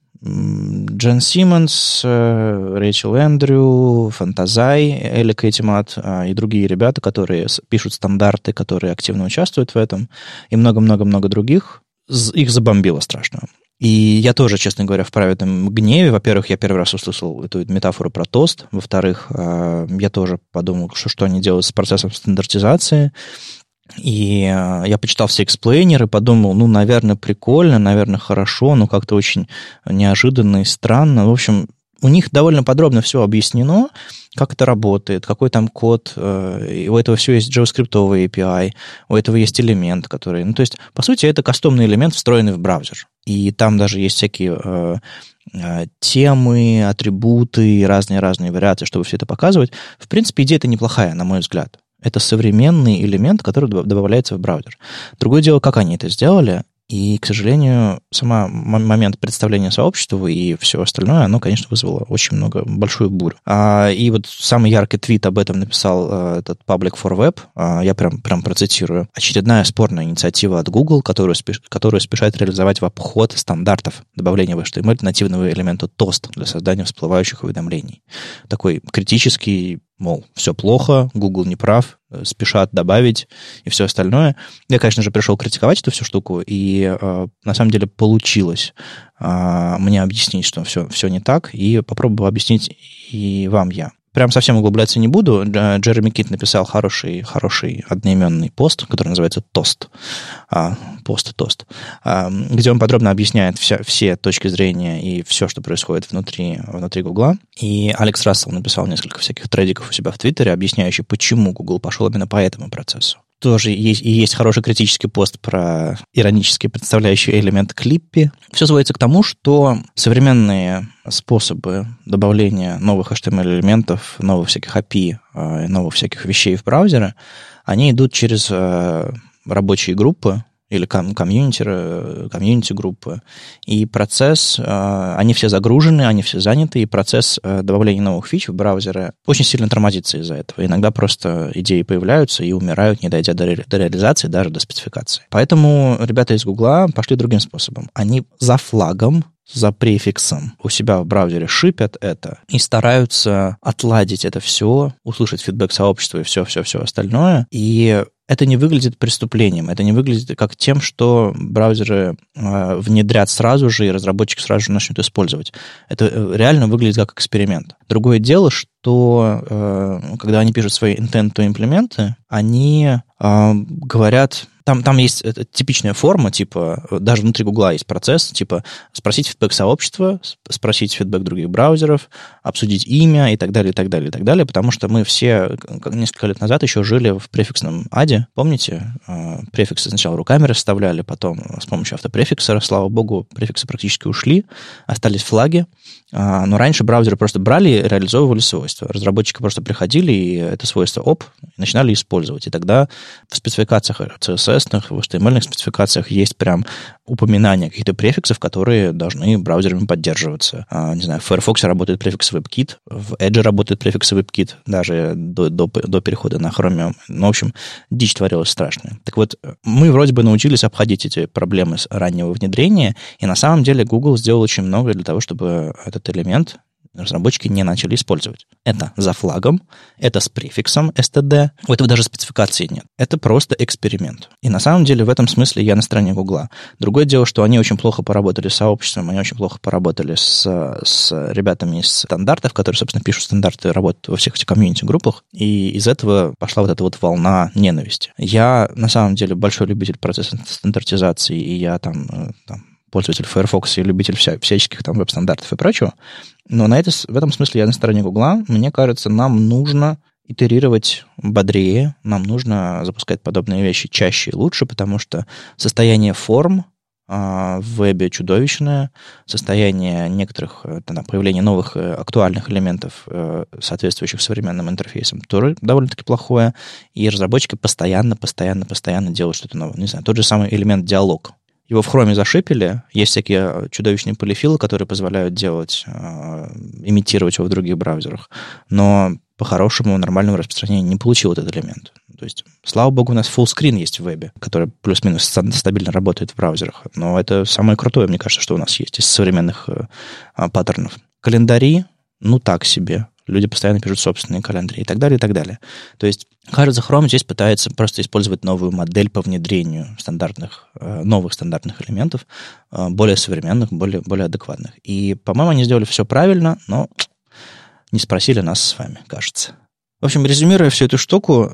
Джен Симмонс, Рэйчел Эндрю, Фантазай, Эли Кейтимат и другие ребята, которые пишут стандарты, которые активно участвуют в этом, и много-много-много других, их забомбило страшно. И я тоже, честно говоря, в праведном гневе. Во-первых, я первый раз услышал эту метафору про тост. Во-вторых, я тоже подумал, что, что они делают с процессом стандартизации. И я почитал все эксплейнеры, подумал, ну, наверное, прикольно, наверное, хорошо, но как-то очень неожиданно и странно. В общем, у них довольно подробно все объяснено, как это работает, какой там код. И у этого всего есть JavaScript-овый эй пи ай, у этого есть элемент, который... Ну, то есть, по сути, это кастомный элемент, встроенный в браузер. И там даже есть всякие э, темы, атрибуты, разные-разные вариации, чтобы все это показывать. В принципе, идея-то неплохая, на мой взгляд. Это современный элемент, который добавляется в браузер. Другое дело, как они это сделали. И, к сожалению, сам момент представления сообществу и все остальное, оно, конечно, вызвало очень много, большую бурю. А, и вот самый яркий твит об этом написал а, этот Public for Web. А, я прям, прям процитирую. Очередная спорная инициатива от Google, которую, спеш, которую спешат реализовать в обход стандартов добавления в эйч ти эм эль нативного элемента тост для создания всплывающих уведомлений. Такой критический мол, все плохо, Google не прав, спешат добавить и все остальное. Я, конечно же, пришел критиковать эту всю штуку, и э, на самом деле получилось э, мне объяснить, что все, все не так, и попробую объяснить и вам я. Прям совсем углубляться не буду. Джереми Кит написал хороший, хороший одноименный пост, который называется «Тост». Пост-тост. Где он подробно объясняет вся, все точки зрения и все, что происходит внутри, внутри Гугла. И Алекс Рассел написал несколько всяких тредиков у себя в Твиттере, объясняющих, почему Google пошел именно по этому процессу. Тоже есть, и есть хороший критический пост про иронически представляющий элемент Клиппи. Все сводится к тому, что современные способы добавления новых эйч ти эм эль-элементов, новых всяких эй пи ай, новых всяких вещей в браузеры, они идут через рабочие группы, или комьюнити, комьюнити-группы, и процесс, они все загружены, они все заняты, и процесс добавления новых фич в браузеры очень сильно тормозится из-за этого. Иногда просто идеи появляются и умирают, не дойдя до, ре- до реализации, даже до спецификации. Поэтому ребята из Гугла пошли другим способом. Они за флагом, за префиксом у себя в браузере шипят это и стараются отладить это все, услышать фидбэк сообщества и все-все-все остальное, и это не выглядит преступлением, это не выглядит как тем, что браузеры э, внедрят сразу же, и разработчики сразу же начнут использовать. Это реально выглядит как эксперимент. Другое дело, что э, когда они пишут свои intent to implement, они э, говорят... Там, там есть типичная форма, типа, даже внутри Гугла есть процесс, типа, спросить фидбэк сообщества, спросить фидбэк других браузеров, обсудить имя и так далее, и так далее, и так далее, потому что мы все несколько лет назад еще жили в префиксном аде, помните? Префиксы сначала руками расставляли, потом с помощью автопрефикса, слава богу, префиксы практически ушли, остались флаги, но раньше браузеры просто брали и реализовывали свойства. Разработчики просто приходили и это свойство, оп, начинали использовать. И тогда в спецификациях си эс эс, в эйч ти эм эль-ных спецификациях есть прям упоминания каких-то префиксов, которые должны браузерами поддерживаться. А, не знаю, в Firefox работает префикс WebKit, в Edge работает префикс WebKit, даже до, до, до перехода на Chromium. Ну, в общем, дичь творилась страшная. Так вот, мы вроде бы научились обходить эти проблемы с раннего внедрения, и на самом деле Google сделал очень много для того, чтобы этот элемент разработчики не начали использовать. Это за флагом, это с префиксом эс ти ди, у этого даже спецификации нет. Это просто эксперимент. И на самом деле в этом смысле я на стороне Гугла. Другое дело, что они очень плохо поработали с сообществом, они очень плохо поработали с, с ребятами из стандартов, которые, собственно, пишут стандарты, работают во всех этих комьюнити-группах, и из этого пошла вот эта вот волна ненависти. Я, на самом деле, большой любитель процесса стандартизации, и я там, там пользователь Firefox и любитель вся, всяческих там веб-стандартов и прочего. Но на это, в этом смысле я на стороне Гугла. Мне кажется, нам нужно итерировать бодрее, нам нужно запускать подобные вещи чаще и лучше, потому что состояние форм а, в вебе чудовищное, состояние некоторых, там, появления новых актуальных элементов, соответствующих современным интерфейсам, тоже довольно-таки плохое, и разработчики постоянно, постоянно, постоянно делают что-то новое. Не знаю, тот же самый элемент диалог. Его в Chrome зашипели, есть всякие чудовищные полифилы, которые позволяют делать, э, имитировать его в других браузерах, но по-хорошему нормального распространения не получил этот элемент. То есть, слава богу, у нас фуллскрин есть в вебе, который плюс-минус стабильно работает в браузерах, но это самое крутое, мне кажется, что у нас есть из современных э, паттернов. Календари, ну так себе. Люди постоянно пишут собственные календари и так далее, и так далее. То есть, кажется, Chrome здесь пытается просто использовать новую модель по внедрению стандартных, новых стандартных элементов, более современных, более, более адекватных. И, по-моему, они сделали все правильно, но не спросили нас с вами, кажется. В общем, резюмируя всю эту штуку,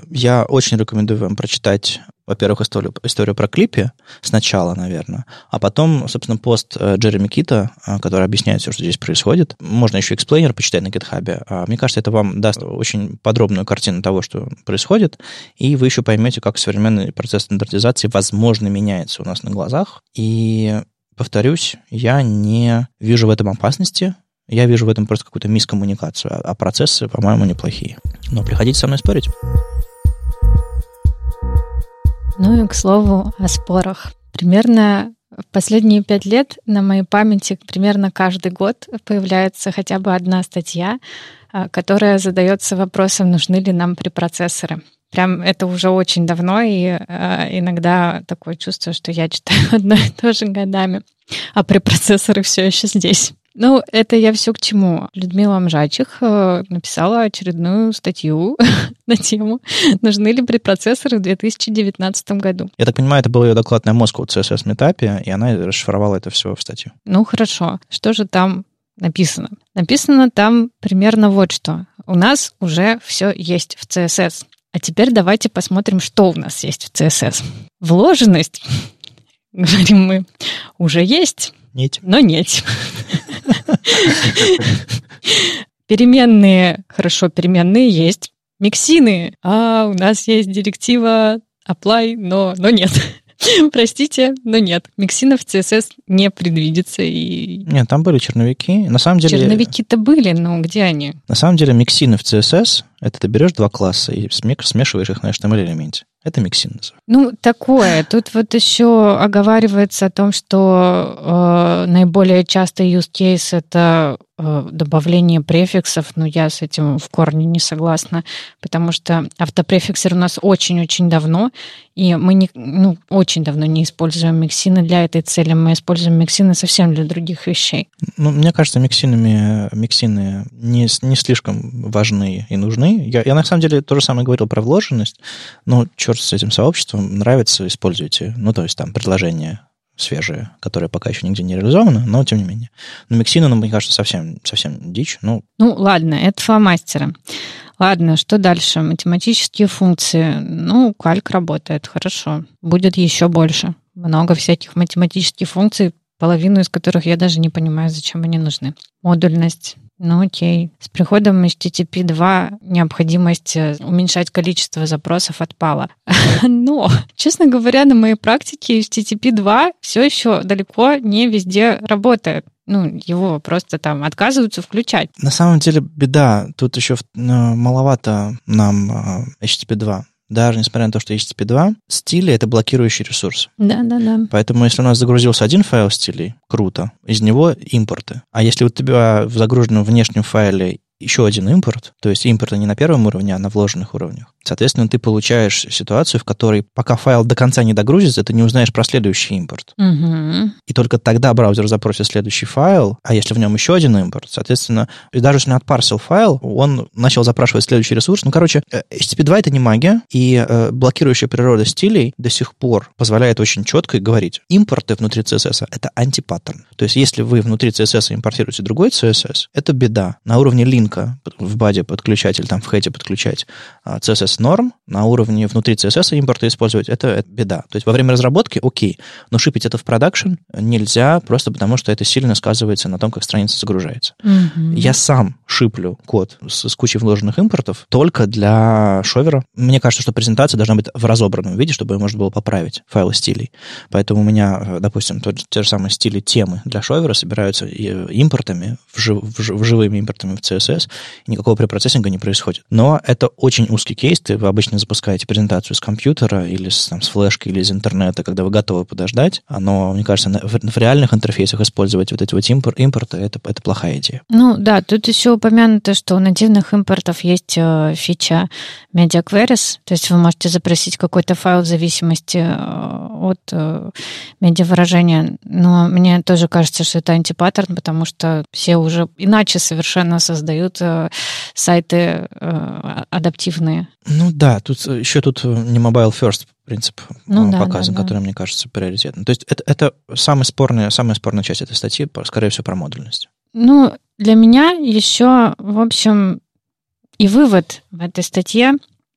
я очень рекомендую вам прочитать, во-первых, историю, историю про Клиппи сначала, наверное, а потом, собственно, пост Джереми Кита, который объясняет все, что здесь происходит. Можно еще эксплейнер почитать на GitHub. Мне кажется, это вам даст очень подробную картину того, что происходит, и вы еще поймете, как современный процесс стандартизации, возможно, меняется у нас на глазах. И, повторюсь, я не вижу в этом опасности. Я вижу в этом просто какую-то мискоммуникацию, а процессы, по-моему, неплохие. Но приходите со мной спорить. Ну и, к слову, о спорах. Примерно в последние пять лет на моей памяти примерно каждый год появляется хотя бы одна статья, которая задается вопросом, нужны ли нам препроцессоры. Прям это уже очень давно, и э, иногда такое чувство, что я читаю одно и то же годами, а препроцессоры все еще здесь. Ну, это я все к чему. Людмила Мжачих написала очередную статью на тему «Нужны ли препроцессоры в две тысячи девятнадцатом году?». Я так понимаю, это был ее доклад на Moscow си эс эс Meetup, и она расшифровала это все в статью. Ну, хорошо. Что же там написано? Написано там примерно вот что. У нас уже все есть в си эс эс. А теперь давайте посмотрим, что у нас есть в си эс эс. Вложенность, говорим мы, уже есть, нет. но нет. Переменные, хорошо, переменные есть. Миксины, а у нас есть директива apply, но, но нет. Простите, но нет. Миксинов в си эс эс не предвидится. И... Нет, там были черновики. На самом деле... Черновики-то были, но где они? На самом деле миксины в си эс эс — это ты берешь два класса и смешиваешь их на эйч ти эм эль-элементе. Это миксин называется. Ну, такое. Тут вот еще оговаривается о том, что э, наиболее частый use case — это э, добавление префиксов, но я с этим в корне не согласна, потому что автопрефиксер у нас очень-очень давно, и мы не, ну, очень давно не используем миксины для этой цели. Мы используем миксины совсем для других вещей. Ну, мне кажется, миксинами, миксины не, не слишком важны и нужны. Я, я на самом деле то же самое говорил про вложенность, но черт с этим сообществом, нравится, используйте. Ну, то есть там предложения свежие, которые пока еще нигде не реализованы, но тем не менее. Но миксины, ну, мне кажется, совсем, совсем дичь. Ну, ну, ладно, это фломастеры. Ладно, что дальше? Математические функции. Ну, кальк работает, хорошо. Будет еще больше. Много всяких математических функций, половину из которых я даже не понимаю, зачем они нужны. Модульность. Ну, окей. С приходом эйч ти ти пи два необходимость уменьшать количество запросов отпала. Но, честно говоря, на моей практике эйч ти ти пи два все еще далеко не везде работает. Ну, его просто там отказываются включать. На самом деле, беда. Тут еще маловато нам эйч ти ти пи два. Даже несмотря на то, что эйч ти ти пи два, стили — это блокирующий ресурс. Да-да-да. Поэтому если у нас загрузился один файл стилей, круто, из него импорты. А если у тебя в загруженном внешнем файле еще один импорт, то есть импорты не на первом уровне, а на вложенных уровнях, соответственно, ты получаешь ситуацию, в которой пока файл до конца не догрузится, ты не узнаешь про следующий импорт. Угу. И только тогда браузер запросит следующий файл, а если в нем еще один импорт, соответственно, даже если он отпарсил файл, он начал запрашивать следующий ресурс. Ну, короче, эйч ти ти пи два — это не магия, и э, блокирующая природа стилей до сих пор позволяет очень четко говорить, импорты внутри си эс эс — это антипаттерн. То есть, если вы внутри си эс эс импортируете другой си эс эс, это беда. На уровне линка в баде подключать или там в хеде подключать си эс эс норм, на уровне внутри си эс эс импорта использовать, это, это беда. То есть во время разработки окей, но шипить это в продакшн нельзя, просто потому что это сильно сказывается на том, как страница загружается. Mm-hmm. Я сам шиплю код с, с кучей вложенных импортов только для шовера. Мне кажется, что презентация должна быть в разобранном виде, чтобы можно было поправить файлы стилей. Поэтому у меня, допустим, тот, те же самые стили темы для шовера собираются импортами, вжив, вжив, живыми импортами в си эс эс, и никакого препроцессинга не происходит. Но это очень узкий кейс. Вы обычно запускаете презентацию с компьютера или с, там, с флешки или из интернета, когда вы готовы подождать. Но, мне кажется, в, в реальных интерфейсах использовать вот эти вот импор, импорты это, это плохая идея. Ну да, тут еще упомянуто, что у нативных импортов есть э, фича Media Queries, то есть вы можете запросить какой-то файл в зависимости э, от э, медиавыражения. Но мне тоже кажется, что это антипаттерн, потому что все уже иначе совершенно создают э, сайты э, адаптивные. Ну да, тут еще тут не mobile first принцип ну, показан, да, да, который, да. мне кажется, приоритетным. То есть это, это самая спорная, самая спорная часть этой статьи, скорее всего, про модульность. Ну, для меня еще, в общем, и вывод в этой статье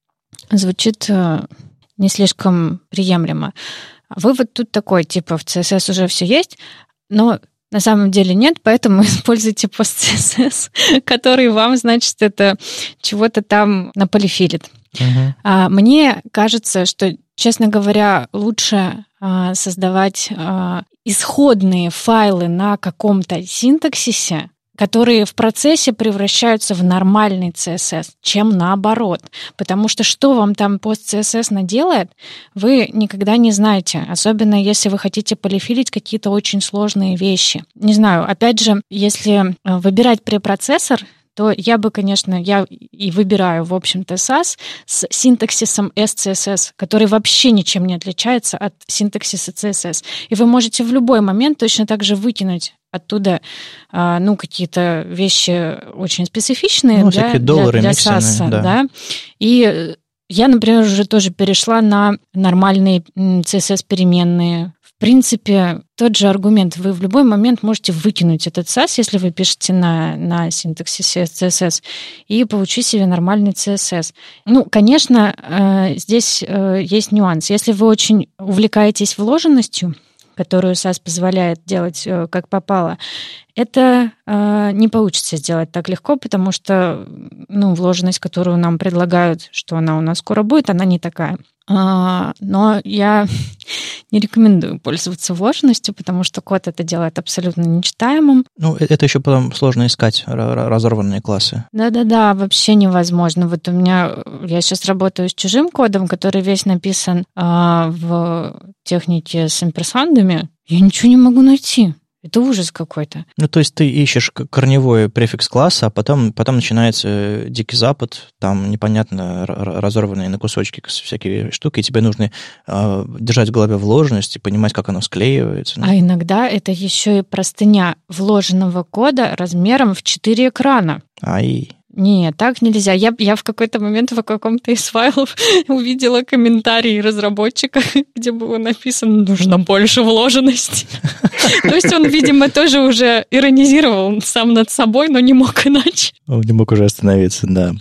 звучит не слишком приемлемо. Вывод тут такой, типа, в си эс эс уже все есть, но на самом деле нет, поэтому используйте пост-си эс эс, который вам, значит, это чего-то там наполифилит. Uh-huh. А, мне кажется, что, честно говоря, лучше а, создавать а, исходные файлы на каком-то синтаксисе, которые в процессе превращаются в нормальный си эс эс, чем наоборот. Потому что что вам там пост-си эс эс наделает, вы никогда не знаете. Особенно если вы хотите полифилить какие-то очень сложные вещи. Не знаю, опять же, если выбирать препроцессор, то я бы, конечно, я и выбираю, в общем-то, сас с синтаксисом эс си эс эс, который вообще ничем не отличается от синтаксиса си эс эс. И вы можете в любой момент точно так же выкинуть оттуда, ну, какие-то вещи очень специфичные, ну, для, доллары, для, для миксины, SaaS, да. да. И я, например, уже тоже перешла на нормальные си эс эс-переменные. В принципе, тот же аргумент. Вы в любой момент можете выкинуть этот SaaS, если вы пишете на, на синтаксисе си эс эс, и получить себе нормальный си эс эс. Ну, конечно, здесь есть нюанс. Если вы очень увлекаетесь вложенностью, которую SaaS позволяет делать как попало, это э, не получится сделать так легко, потому что ну, вложенность, которую нам предлагают, что она у нас скоро будет, она не такая. А, но я не рекомендую пользоваться вложенностью, потому что код это делает абсолютно нечитаемым. Ну, это еще потом сложно искать разорванные классы. Да-да-да, вообще невозможно. Вот у меня, я сейчас работаю с чужим кодом, который весь написан а, в технике с амперсандами. Я ничего не могу найти. Это ужас какой-то. Ну, то есть ты ищешь корневой префикс класса, а потом, потом начинается Дикий Запад, там непонятно разорванные на кусочки всякие штуки, и тебе нужно э, держать в голове вложенность и понимать, как оно склеивается. А иногда это еще и простыня вложенного кода размером в четыре экрана. Ай... Нет, так нельзя. Я, я в какой-то момент в каком-то из файлов увидела комментарий разработчика, где было написано «нужно больше вложенности». То есть он, видимо, тоже уже иронизировал сам над собой, но не мог иначе. Он не мог уже остановиться, да.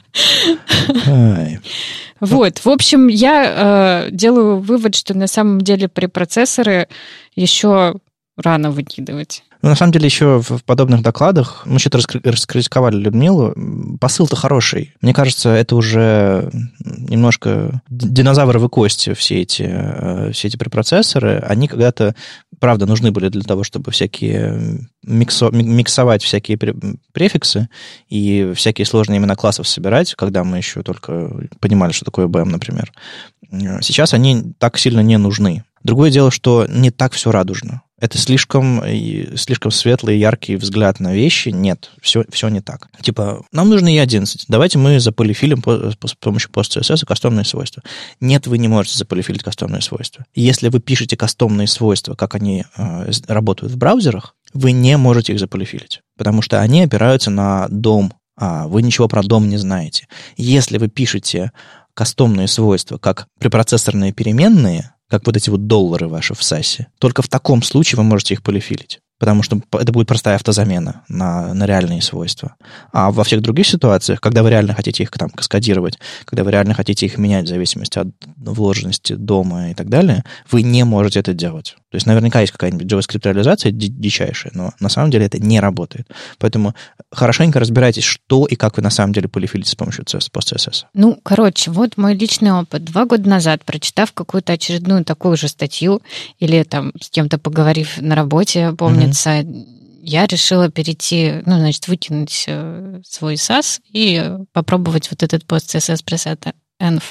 Вот, в общем, я делаю вывод, что на самом деле препроцессоры еще рано выкидывать. Ну, на самом деле, еще в подобных докладах мы что-то раскритиковали Людмилу. Посыл-то хороший. Мне кажется, это уже немножко динозавровые кости, все эти, все эти препроцессоры. Они когда-то, правда, нужны были для того, чтобы всякие миксо, миксовать всякие префиксы и всякие сложные имена классов собирать, когда мы еще только понимали, что такое би эм, например. Сейчас они так сильно не нужны. Другое дело, что не так все радужно. Это слишком, слишком светлый, яркий взгляд на вещи. Нет, все, все не так. Типа, нам нужно и одиннадцать. Давайте мы заполифилим по, по, с помощью PostCSS кастомные свойства. Нет, вы не можете заполифилить кастомные свойства. Если вы пишете кастомные свойства, как они э, работают в браузерах, вы не можете их заполифилить, потому что они опираются на дом, а вы ничего про дом не знаете. Если вы пишете кастомные свойства, как препроцессорные переменные, как вот эти вот доллары ваши в сасе, только в таком случае вы можете их полифилить, потому что это будет простая автозамена на, на реальные свойства. А во всех других ситуациях, когда вы реально хотите их там каскадировать, когда вы реально хотите их менять в зависимости от вложенности дома и так далее, вы не можете это делать. То есть наверняка есть какая-нибудь JavaScript-реализация дичайшая, но на самом деле это не работает. Поэтому хорошенько разбирайтесь, что и как вы на самом деле полифилите с помощью PostCSS. Ну, короче, вот мой личный опыт. Два года назад, прочитав какую-то очередную такую же статью или там с кем-то поговорив на работе, помнится, mm-hmm. я решила перейти, ну, значит, выкинуть свой сас и попробовать вот этот PostCSS пресет env.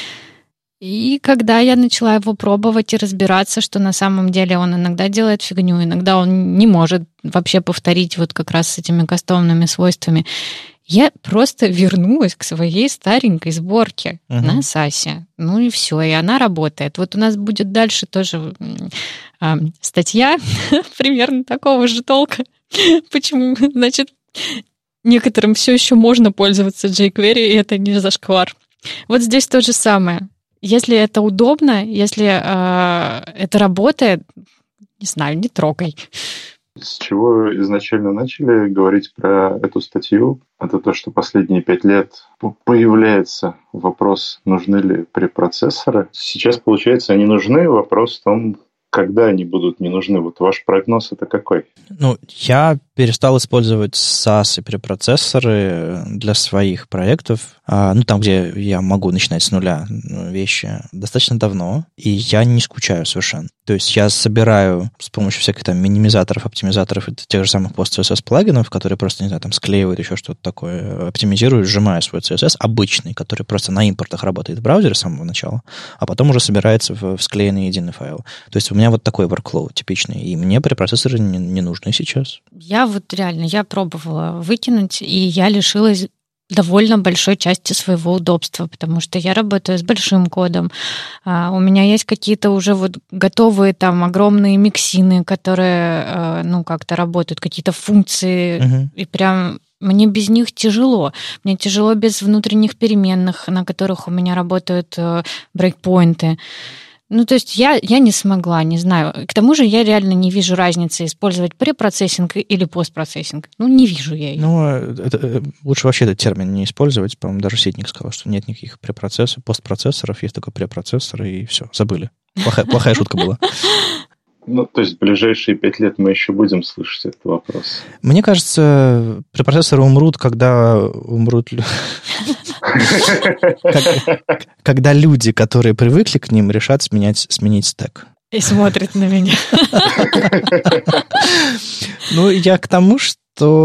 И когда я начала его пробовать и разбираться, что на самом деле он иногда делает фигню, иногда он не может вообще повторить вот как раз с этими кастомными свойствами, я просто вернулась к своей старенькой сборке uh-huh. на сасе. Ну и все, и она работает. Вот у нас будет дальше тоже э, статья примерно такого же толка. Почему, значит, некоторым все еще можно пользоваться jQuery, и это не зашквар. Вот здесь то же самое. Если это удобно, если э, это работает, не знаю, не трогай. С чего изначально начали говорить про эту статью, это то, что последние пять лет появляется вопрос, нужны ли препроцессоры. Сейчас, получается, они нужны. Вопрос в том, когда они будут не нужны. Вот ваш прогноз это какой? Ну, я перестал использовать сас и препроцессоры для своих проектов, ну, там, где я могу начинать с нуля вещи, достаточно давно, и я не скучаю совершенно. То есть я собираю с помощью всяких там минимизаторов, оптимизаторов и тех же самых PostCSS плагинов, которые просто, не знаю, там склеивают еще что-то такое, оптимизирую, сжимаю свой си эс эс обычный, который просто на импортах работает в браузере с самого начала, а потом уже собирается в, в склеенный единый файл. То есть у меня вот такой workflow типичный, и мне препроцессоры не, не нужны сейчас. Я вот реально, я пробовала выкинуть, и я лишилась довольно большой части своего удобства, потому что я работаю с большим кодом. У меня есть какие-то уже вот готовые там огромные миксины, которые, ну, как-то работают, какие-то функции, uh-huh. и прям мне без них тяжело. Мне тяжело без внутренних переменных, на которых у меня работают брейкпоинты. Ну, то есть я, я не смогла, не знаю. К тому же я реально не вижу разницы, использовать препроцессинг или постпроцессинг. Ну, не вижу я ее. Ну, это, лучше вообще этот термин не использовать. По-моему, даже Ситник сказал, что нет никаких препроцессоров, постпроцессоров, есть только препроцессоры, и все, забыли. Плохая, плохая шутка была. Ну, то есть в ближайшие пять лет мы еще будем слышать этот вопрос. Мне кажется, препроцессоры умрут, когда умрут... Когда люди, которые привыкли к ним, решат сменять, сменить стек. И смотрят на меня. Ну, я к тому, что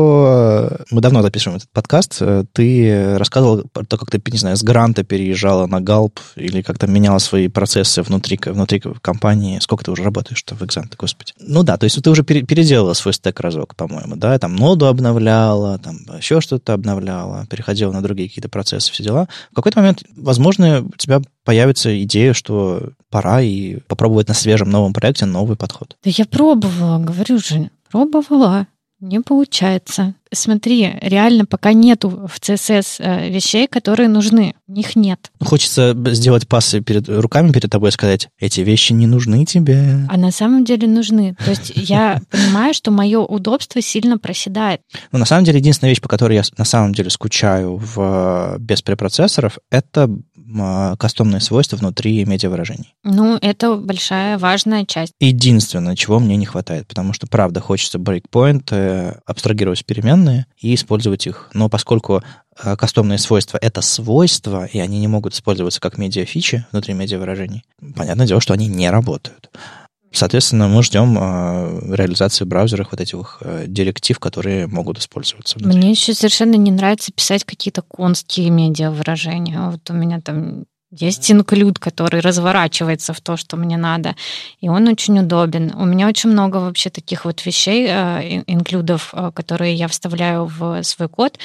мы давно записываем этот подкаст. Ты рассказывал про то, как ты, не знаю, с гранта переезжала на галп или как-то меняла свои процессы внутри, внутри компании. Сколько ты уже работаешь-то в Exante, господи? Ну да, то есть ты уже переделала свой стек разок, по-моему, да? Там ноду обновляла, там еще что-то обновляла, переходила на другие какие-то процессы, все дела. В какой-то момент, возможно, у тебя появится идея, что пора и попробовать на свежем новом проекте новый подход. Да я пробовала, говорю же, пробовала. Не получается. Смотри, реально пока нету в си эс эс вещей, которые нужны. Их нет. Хочется сделать пасы перед руками перед тобой и сказать, эти вещи не нужны тебе. А на самом деле нужны. То есть я понимаю, что мое удобство сильно проседает. Ну, на самом деле, единственная вещь, по которой я на самом деле скучаю в, без препроцессоров, это кастомные свойства внутри медиавыражений. Ну, это большая, важная часть. Единственное, чего мне не хватает, потому что, правда, хочется брейкпоинты, абстрагировать переменные и использовать их. Но поскольку кастомные свойства — это свойства, и они не могут использоваться как медиафичи внутри медиавыражений, понятное дело, что они не работают. Соответственно, мы ждем э, реализации в браузерах вот этих э, директив, которые могут использоваться внутри. Мне еще совершенно не нравится писать какие-то конские медиавыражения. Вот у меня там есть инклюд, который разворачивается в то, что мне надо, и он очень удобен. У меня очень много вообще таких вот вещей, э, инклюдов, э, которые я вставляю в свой код.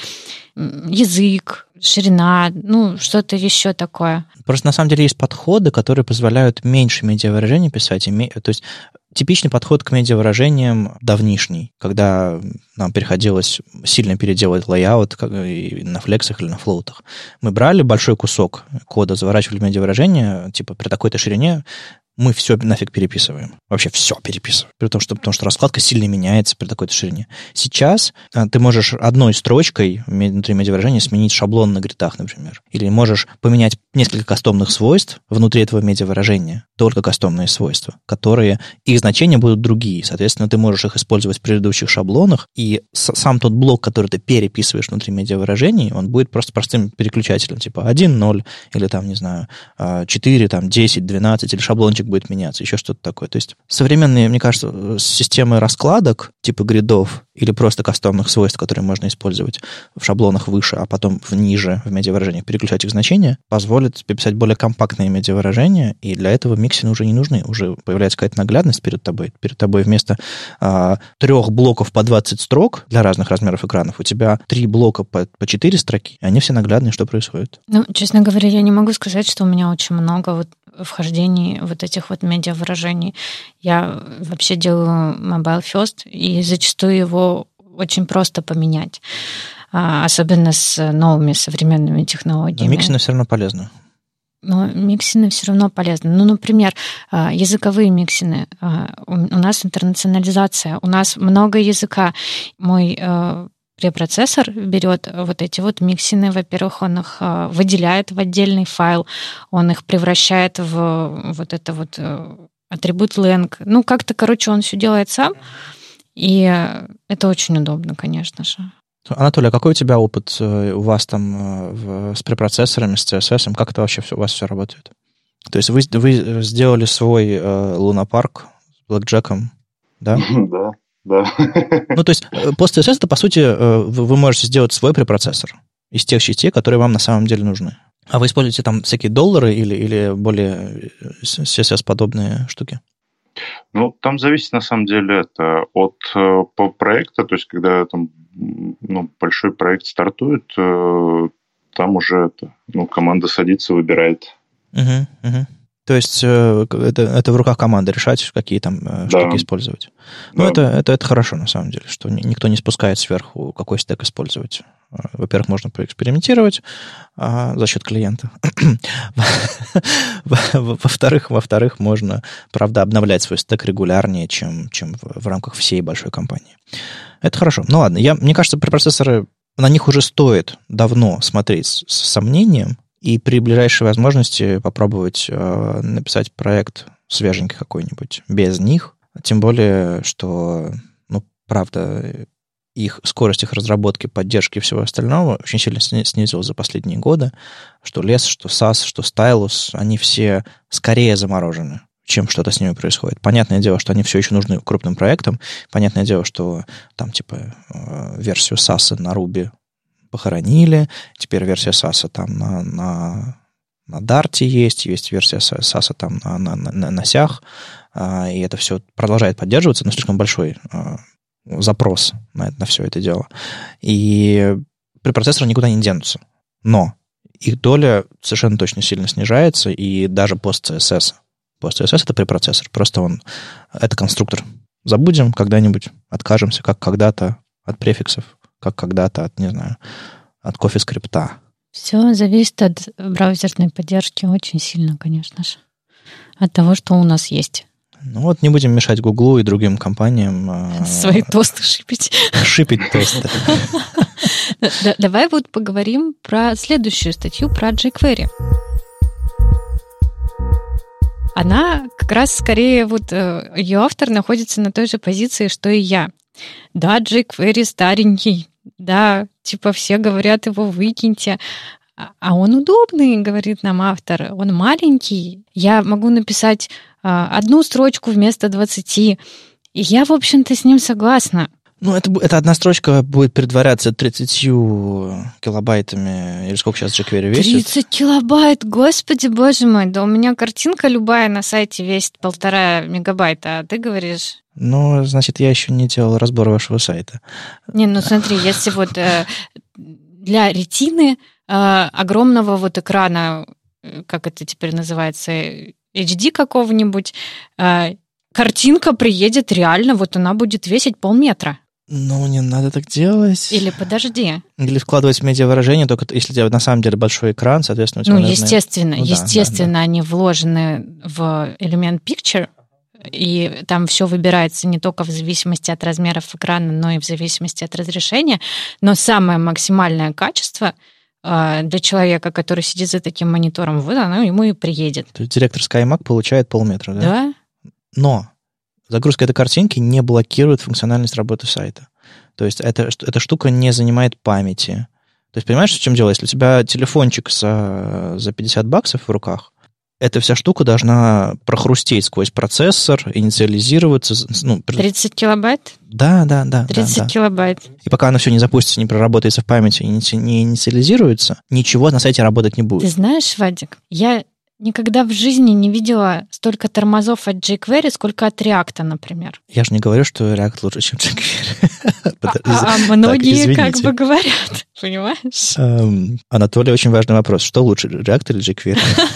Язык, ширина, ну, что-то еще такое. Просто на самом деле есть подходы, которые позволяют меньше медиавыражений писать. То есть типичный подход к медиавыражениям давнишний, когда нам приходилось сильно переделать лейаут на флексах или на флоутах. Мы брали большой кусок кода, заворачивали в медиавыражение, типа при такой-то ширине, мы все нафиг переписываем. Вообще все переписываем. При том, что, потому что раскладка сильно меняется при такой-то ширине. Сейчас а, ты можешь одной строчкой внутри медиавыражения сменить шаблон на гридах, например. Или можешь поменять несколько кастомных свойств внутри этого медиавыражения. Только кастомные свойства, которые... Их значения будут другие. Соответственно, ты можешь их использовать в предыдущих шаблонах, и с, сам тот блок, который ты переписываешь внутри медиавыражений, он будет просто простым переключателем, типа один ноль, или там, не знаю, четыре, там, десять, двенадцать, или шаблончик будет меняться, еще что-то такое. То есть современные, мне кажется, системы раскладок, типа гридов, или просто кастомных свойств, которые можно использовать в шаблонах выше, а потом в ниже, в медиавыражениях, переключать их значения, позволит тебе писать более компактные медиавыражения, и для этого миксины уже не нужны. Уже появляется какая-то наглядность перед тобой. Перед тобой вместо а, трех блоков по двадцать строк для разных размеров экранов у тебя три блока по, по четыре строки, и они все наглядные, что происходит. Ну, честно говоря, я не могу сказать, что у меня очень много вот вхождений вот этих вот медиавыражений. Я вообще делаю mobile first, и зачастую его очень просто поменять, особенно с новыми современными технологиями. Но миксины все равно полезны. Но миксины все равно полезны. Ну, например, языковые миксины. У нас интернационализация, у нас много языка. Мой препроцессор берет вот эти вот миксины, во-первых, он их выделяет в отдельный файл, он их превращает в вот это вот атрибут lang. Ну, как-то, короче, он все делает сам, и это очень удобно, конечно же. Анатолий, а какой у тебя опыт у вас там в, с препроцессорами, с си эс эс? Как это вообще все, у вас все работает? То есть вы, вы сделали свой э, лунапарк с блэкджеком, да? Да. Да. Ну, то есть пост-си эс эс это, по сути, вы, вы можете сделать свой препроцессор из тех частей, которые вам на самом деле нужны. А вы используете там всякие доллары или, или более си эс эс-подобные штуки? Ну, там зависит, на самом деле, это от э, по проекта, то есть, когда там ну, большой проект стартует, э, там уже это, ну, команда садится, выбирает. Угу, угу. То есть э, это, это в руках команды решать, какие там э, да. штуки использовать. Ну, да. это, это, это хорошо, на самом деле, что никто не спускает сверху, какой стек использовать. Во-первых, можно поэкспериментировать а, за счет клиента. Во-вторых, во-вторых, можно, правда, обновлять свой стек регулярнее, чем, чем в, в рамках всей большой компании. Это хорошо. Ну ладно, я, мне кажется, препроцессоры, на них уже стоит давно смотреть с, с сомнением, и при ближайшей возможности попробовать э, написать проект свеженький какой-нибудь без них. Тем более, что, ну, правда, их скорость их разработки, поддержки и всего остального очень сильно снизилась за последние годы. Что лес, что сас, что стайлус, они все скорее заморожены, чем что-то с ними происходит. Понятное дело, что они все еще нужны крупным проектам. Понятное дело, что там, типа, версию сас на Ruby похоронили, теперь версия саса там на, на, на Dart есть, есть версия саса там на, на, на, на сях, и это все продолжает поддерживаться, но слишком большой запрос на, это, на все это дело. И препроцессоры никуда не денутся. Но их доля совершенно точно сильно снижается, и даже пост-си эс эс. Пост-си эс эс — это препроцессор, просто он, это конструктор. Забудем когда-нибудь, откажемся, как когда-то от префиксов, как когда-то от, не знаю, от кофе-скрипта. Все зависит от браузерной поддержки очень сильно, конечно же. От того, что у нас есть. Ну вот не будем мешать Гуглу и другим компаниям. Свои тосты шипить. Шипить тосты. Давай вот поговорим про следующую статью, про jQuery. Она как раз скорее, вот ее автор находится на той же позиции, что и я. Да, jQuery старенький, да, типа все говорят, его выкиньте, а он удобный, говорит нам автор, он маленький, я могу написать а, одну строчку вместо двадцати, и я, в общем-то, с ним согласна. Ну, это, это одна строчка будет предваряться тридцатью килобайтами, или сколько сейчас jQuery весит? тридцать килобайт, господи, боже мой, да у меня картинка любая на сайте весит полтора мегабайта, а ты говоришь... Ну, значит, я еще не делал разбор вашего сайта. Не, ну смотри, если вот э, для ретины э, огромного вот экрана, как это теперь называется, эйч ди какого-нибудь, э, картинка приедет реально, вот она будет весить полметра. Ну, не надо так делать. Или подожди. Или вкладывать в медиавыражение, только если у тебя на самом деле большой экран, соответственно... У тебя ну, нужны... естественно, ну, естественно, да, да, да. они вложены в элемент Picture, и там все выбирается не только в зависимости от размеров экрана, но и в зависимости от разрешения. Но самое максимальное качество для человека, который сидит за таким монитором, вот оно ему и приедет. То есть директор SkyMac получает полметра, да? Да. Но загрузка этой картинки не блокирует функциональность работы сайта. То есть эта, эта штука не занимает памяти. То есть понимаешь, в чем дело? Если у тебя телефончик за, за пятьдесят баксов в руках, эта вся штука должна прохрустеть сквозь процессор, инициализироваться. Ну, тридцать килобайт? Да, да, да. тридцать да, да. килобайт. И пока оно все не запустится, не проработается в памяти, не инициализируется, ничего на сайте работать не будет. Ты знаешь, Вадик, я никогда в жизни не видела столько тормозов от jQuery, сколько от React, например. Я же не говорю, что React лучше, чем jQuery. А многие как бы говорят, понимаешь? Анатолий, очень важный вопрос. Что лучше, React или jQuery?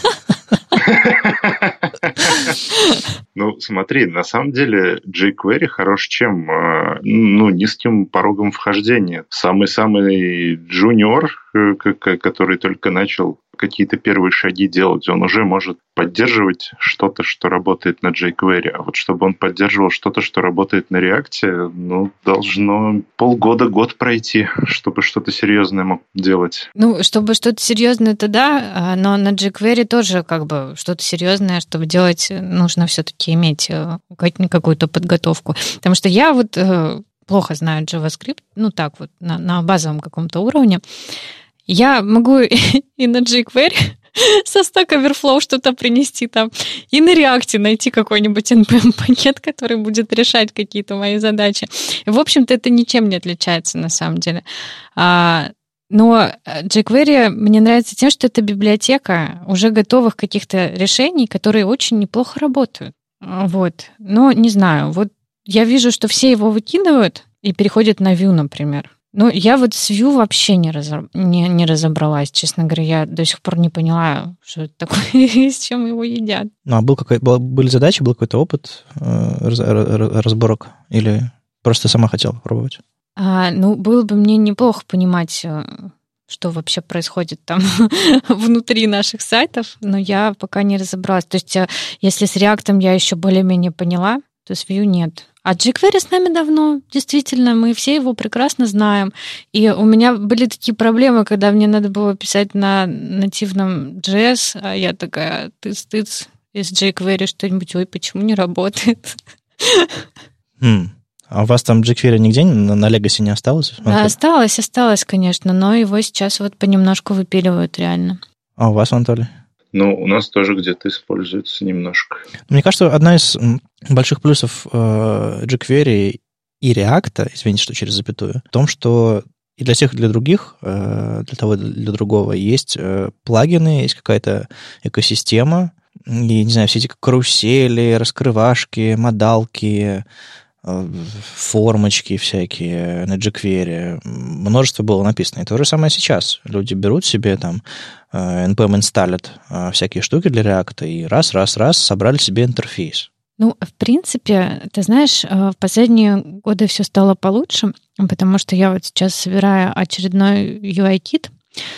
Ну, смотри, на самом деле jQuery хорош чем? Ну, низким порогом вхождения. Самый-самый джуниор, который только начал какие-то первые шаги делать, он уже может поддерживать что-то, что работает на jQuery. А вот чтобы он поддерживал что-то, что работает на React, ну, должно полгода-год пройти, чтобы что-то серьезное мог делать. Ну, чтобы что-то серьезное, то да, но на jQuery тоже как бы что-то серьезное, чтобы делать, нужно все-таки иметь какую-то подготовку. Потому что я вот плохо знаю JavaScript, ну так вот, на, на базовом каком-то уровне. Я могу и на jQuery со Stack Overflow что-то принести там, и на React найти какой-нибудь эн пи эм-пакет, который будет решать какие-то мои задачи. И, в общем-то, это ничем не отличается на самом деле. А, но jQuery мне нравится тем, что это библиотека уже готовых каких-то решений, которые очень неплохо работают. Вот. Но не знаю. Вот я вижу, что все его выкидывают и переходят на Vue, например. Ну, я вот с Vue вообще не, разоб... не, не разобралась, честно говоря. Я до сих пор не поняла, что это такое и с чем его едят. Ну, а был какой... были задачи, был какой-то опыт э, раз... разборок? Или просто сама хотела попробовать? А, ну, было бы мне неплохо понимать, что вообще происходит там внутри наших сайтов, но я пока не разобралась. То есть, если с React я еще более-менее поняла, то с Vue нет. А jQuery с нами давно, действительно, мы все его прекрасно знаем. И у меня были такие проблемы, когда мне надо было писать на нативном джей эс, а я такая, тыц-тыц, из jQuery что-нибудь, ой, почему не работает? Mm. А у вас там jQuery нигде на, на Legacy не осталось? Да, осталось, осталось, конечно, но его сейчас вот понемножку выпиливают реально. А у вас, Анатолий? Ну, у нас тоже где-то используется немножко. Мне кажется, одна из больших плюсов э, jQuery и React, извините, что через запятую, в том, что и для тех, и для других, э, для того, и для другого есть э, плагины, есть какая-то экосистема, и, не знаю, все эти карусели, раскрывашки, модалки, формочки всякие на jQuery. Множество было написано. И то же самое сейчас. Люди берут себе там npm инсталлят всякие штуки для React и раз-раз-раз собрали себе интерфейс. Ну, в принципе, ты знаешь, в последние годы все стало получше, потому что я вот сейчас собираю очередной ю ай-кит.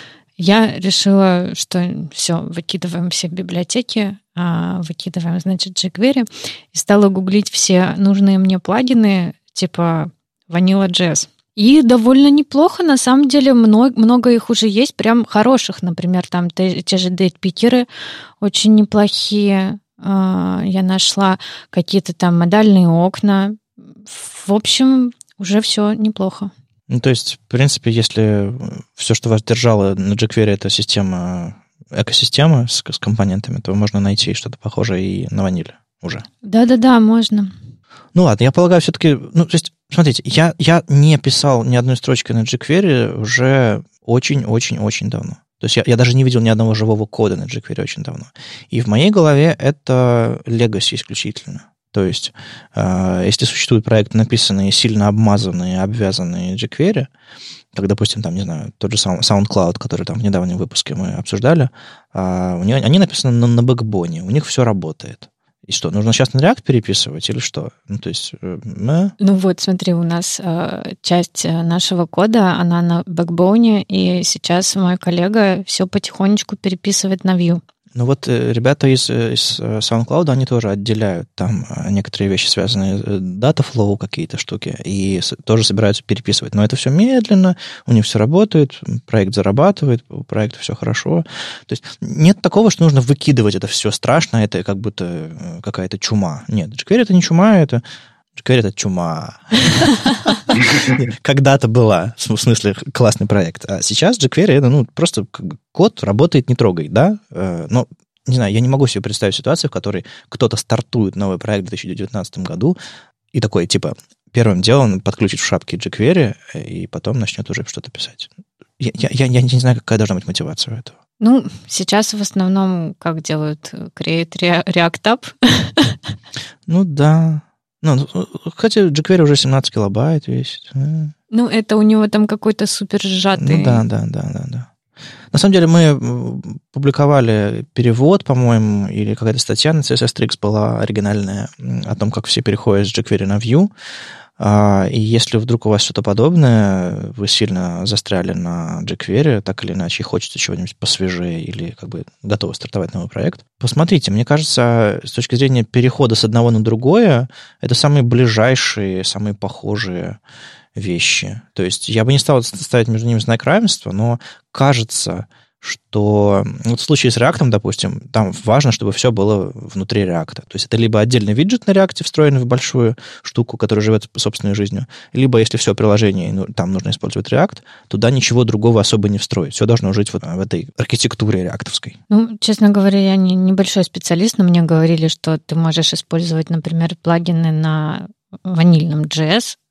Я решила, что все, выкидываем все библиотеки, выкидываем, значит, jQuery, и стала гуглить все нужные мне плагины, типа Vanilla.js. И довольно неплохо, на самом деле, много, много их уже есть, прям хороших, например, там те, те же дейтпикеры очень неплохие. Я нашла какие-то там модальные окна. В общем, уже все неплохо. Ну, то есть, в принципе, если все, что вас держало на jQuery, это система, экосистема с, с компонентами, то можно найти что-то похожее и на ваниле уже. Да-да-да, можно. Ну ладно, я полагаю, все-таки... Ну, то есть, смотрите, я, я не писал ни одной строчки на jQuery уже очень-очень-очень давно. То есть я, я даже не видел ни одного живого кода на jQuery очень давно. И в моей голове это legacy исключительно. То есть, э, если существуют проекты, написанные, сильно обмазанные, обвязанные jQuery, как, допустим, там, не знаю, тот же SoundCloud, который там в недавнем выпуске мы обсуждали, э, у них, они написаны на, на бэкбоне, у них все работает. И что, нужно сейчас на React переписывать или что? Ну, то есть... Э, э? Ну вот, смотри, у нас э, часть нашего кода, она на бэкбоне, и сейчас мой коллега все потихонечку переписывает на Vue. Ну вот ребята из, из SoundCloud, они тоже отделяют там некоторые вещи, связанные с Dataflow, какие-то штуки, и тоже собираются переписывать. Но это все медленно, у них все работает, проект зарабатывает, у проекта все хорошо. То есть нет такого, что нужно выкидывать это все страшно, это как будто какая-то чума. Нет, jQuery это не чума, это... jQuery это чума. Когда-то была, в смысле, классный проект. А сейчас jQuery это, ну, просто код работает, не трогай, да? Но, не знаю, я не могу себе представить ситуацию, в которой кто-то стартует новый проект в две тысячи девятнадцатом году и такой, типа, первым делом подключит в шапке jQuery и потом начнет уже что-то писать. Я, я, я не знаю, какая должна быть мотивация у этого. Ну, сейчас в основном, как делают, create React App. Ну, да. Ну, хотя jQuery уже семнадцать килобайт весит. Ну, это у него там какой-то супер сжатый... Ну, да, да, да, да, да. На самом деле мы публиковали перевод, по-моему, или какая-то статья на си эс эс Tricks была оригинальная о том, как все переходят с jQuery на Vue. И если вдруг у вас что-то подобное, вы сильно застряли на jQuery, так или иначе, хочется чего-нибудь посвежее или как бы готовы стартовать новый проект, посмотрите. Мне кажется, с точки зрения перехода с одного на другое, это самые ближайшие, самые похожие вещи. То есть я бы не стал ставить между ними знак равенства, но кажется, что вот в случае с React, допустим, там важно, чтобы все было внутри React. То есть это либо отдельный виджет на React, встроенный в большую штуку, которая живет собственной жизнью, либо если все приложение, ну, там нужно использовать React, туда ничего другого особо не встроить. Все должно жить вот в этой архитектуре реактовской. Ну, честно говоря, я не небольшой специалист, но мне говорили, что ты можешь использовать, например, плагины на ванильном джей эс,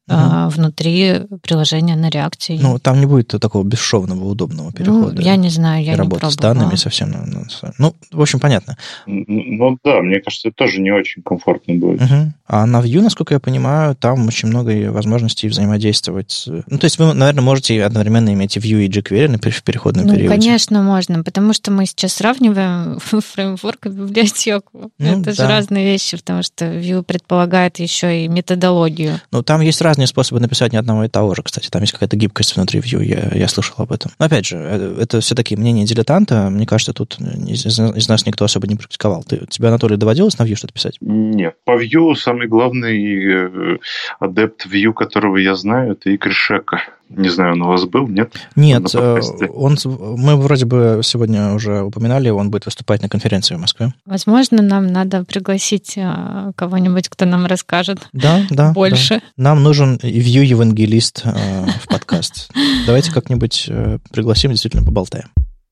uh-huh. внутри приложения на React. Ну, там не будет такого бесшовного, удобного перехода. Ну, я не знаю, я не пробовала. Работа с данными совсем. Ну, в общем, понятно. Ну, да, мне кажется, это тоже не очень комфортно будет. Uh-huh. А на Vue, насколько я понимаю, там очень много возможностей взаимодействовать. Ну, то есть вы, наверное, можете одновременно иметь и Vue, и jQuery в переходном ну, периоде. Конечно, можно, потому что мы сейчас сравниваем фреймворк и библиотеку. Ну, это да. же разные вещи, потому что Vue предполагает еще и методологию. Ну, там есть разные способы написать не одного и того же, кстати. Там есть какая-то гибкость внутри Vue, я, я слышал об этом. Но, опять же, это все-таки мнение дилетанта. Мне кажется, тут из, из нас никто особо не практиковал. Ты, тебе, Анатолий, доводилось на Vue что-то писать? Нет. По Vue самый главный адепт Vue, которого я знаю, это Игорь Шека. Не знаю, он у вас был, нет? Нет, он, мы вроде бы сегодня уже упоминали, он будет выступать на конференции в Москве. Возможно, нам надо пригласить кого-нибудь, кто нам расскажет да, да, больше. Да. Нам нужен Vue-евангелист в подкаст. Давайте как-нибудь пригласим, действительно поболтаем.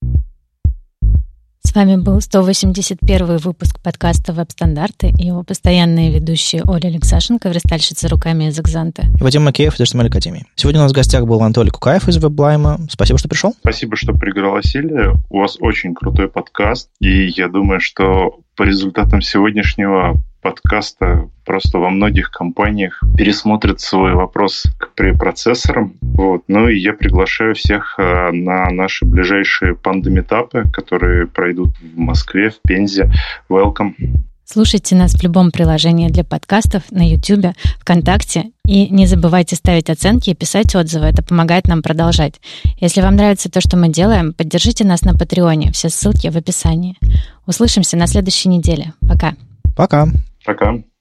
С вами был сто восемьдесят первый выпуск подкаста «Веб-стандарты» и его постоянные ведущие Оля Алексашенко, верстальщица руками из Экзанта. И Вадим Макеев из эйч ти эм эль-академии. Сегодня у нас в гостях был Анатолий Кукаев из WebLime. Спасибо, что пришел. Спасибо, что пригласили. У вас очень крутой подкаст, и я думаю, что по результатам сегодняшнего подкаста просто во многих компаниях пересмотрят свой вопрос к препроцессорам. Вот. Ну и я приглашаю всех на наши ближайшие панда-метапы, которые пройдут в Москве, в Пензе. Welcome! Слушайте нас в любом приложении для подкастов, на YouTube, ВКонтакте. И не забывайте ставить оценки и писать отзывы. Это помогает нам продолжать. Если вам нравится то, что мы делаем, поддержите нас на Патреоне. Все ссылки в описании. Услышимся на следующей неделе. Пока. Пока. Пока.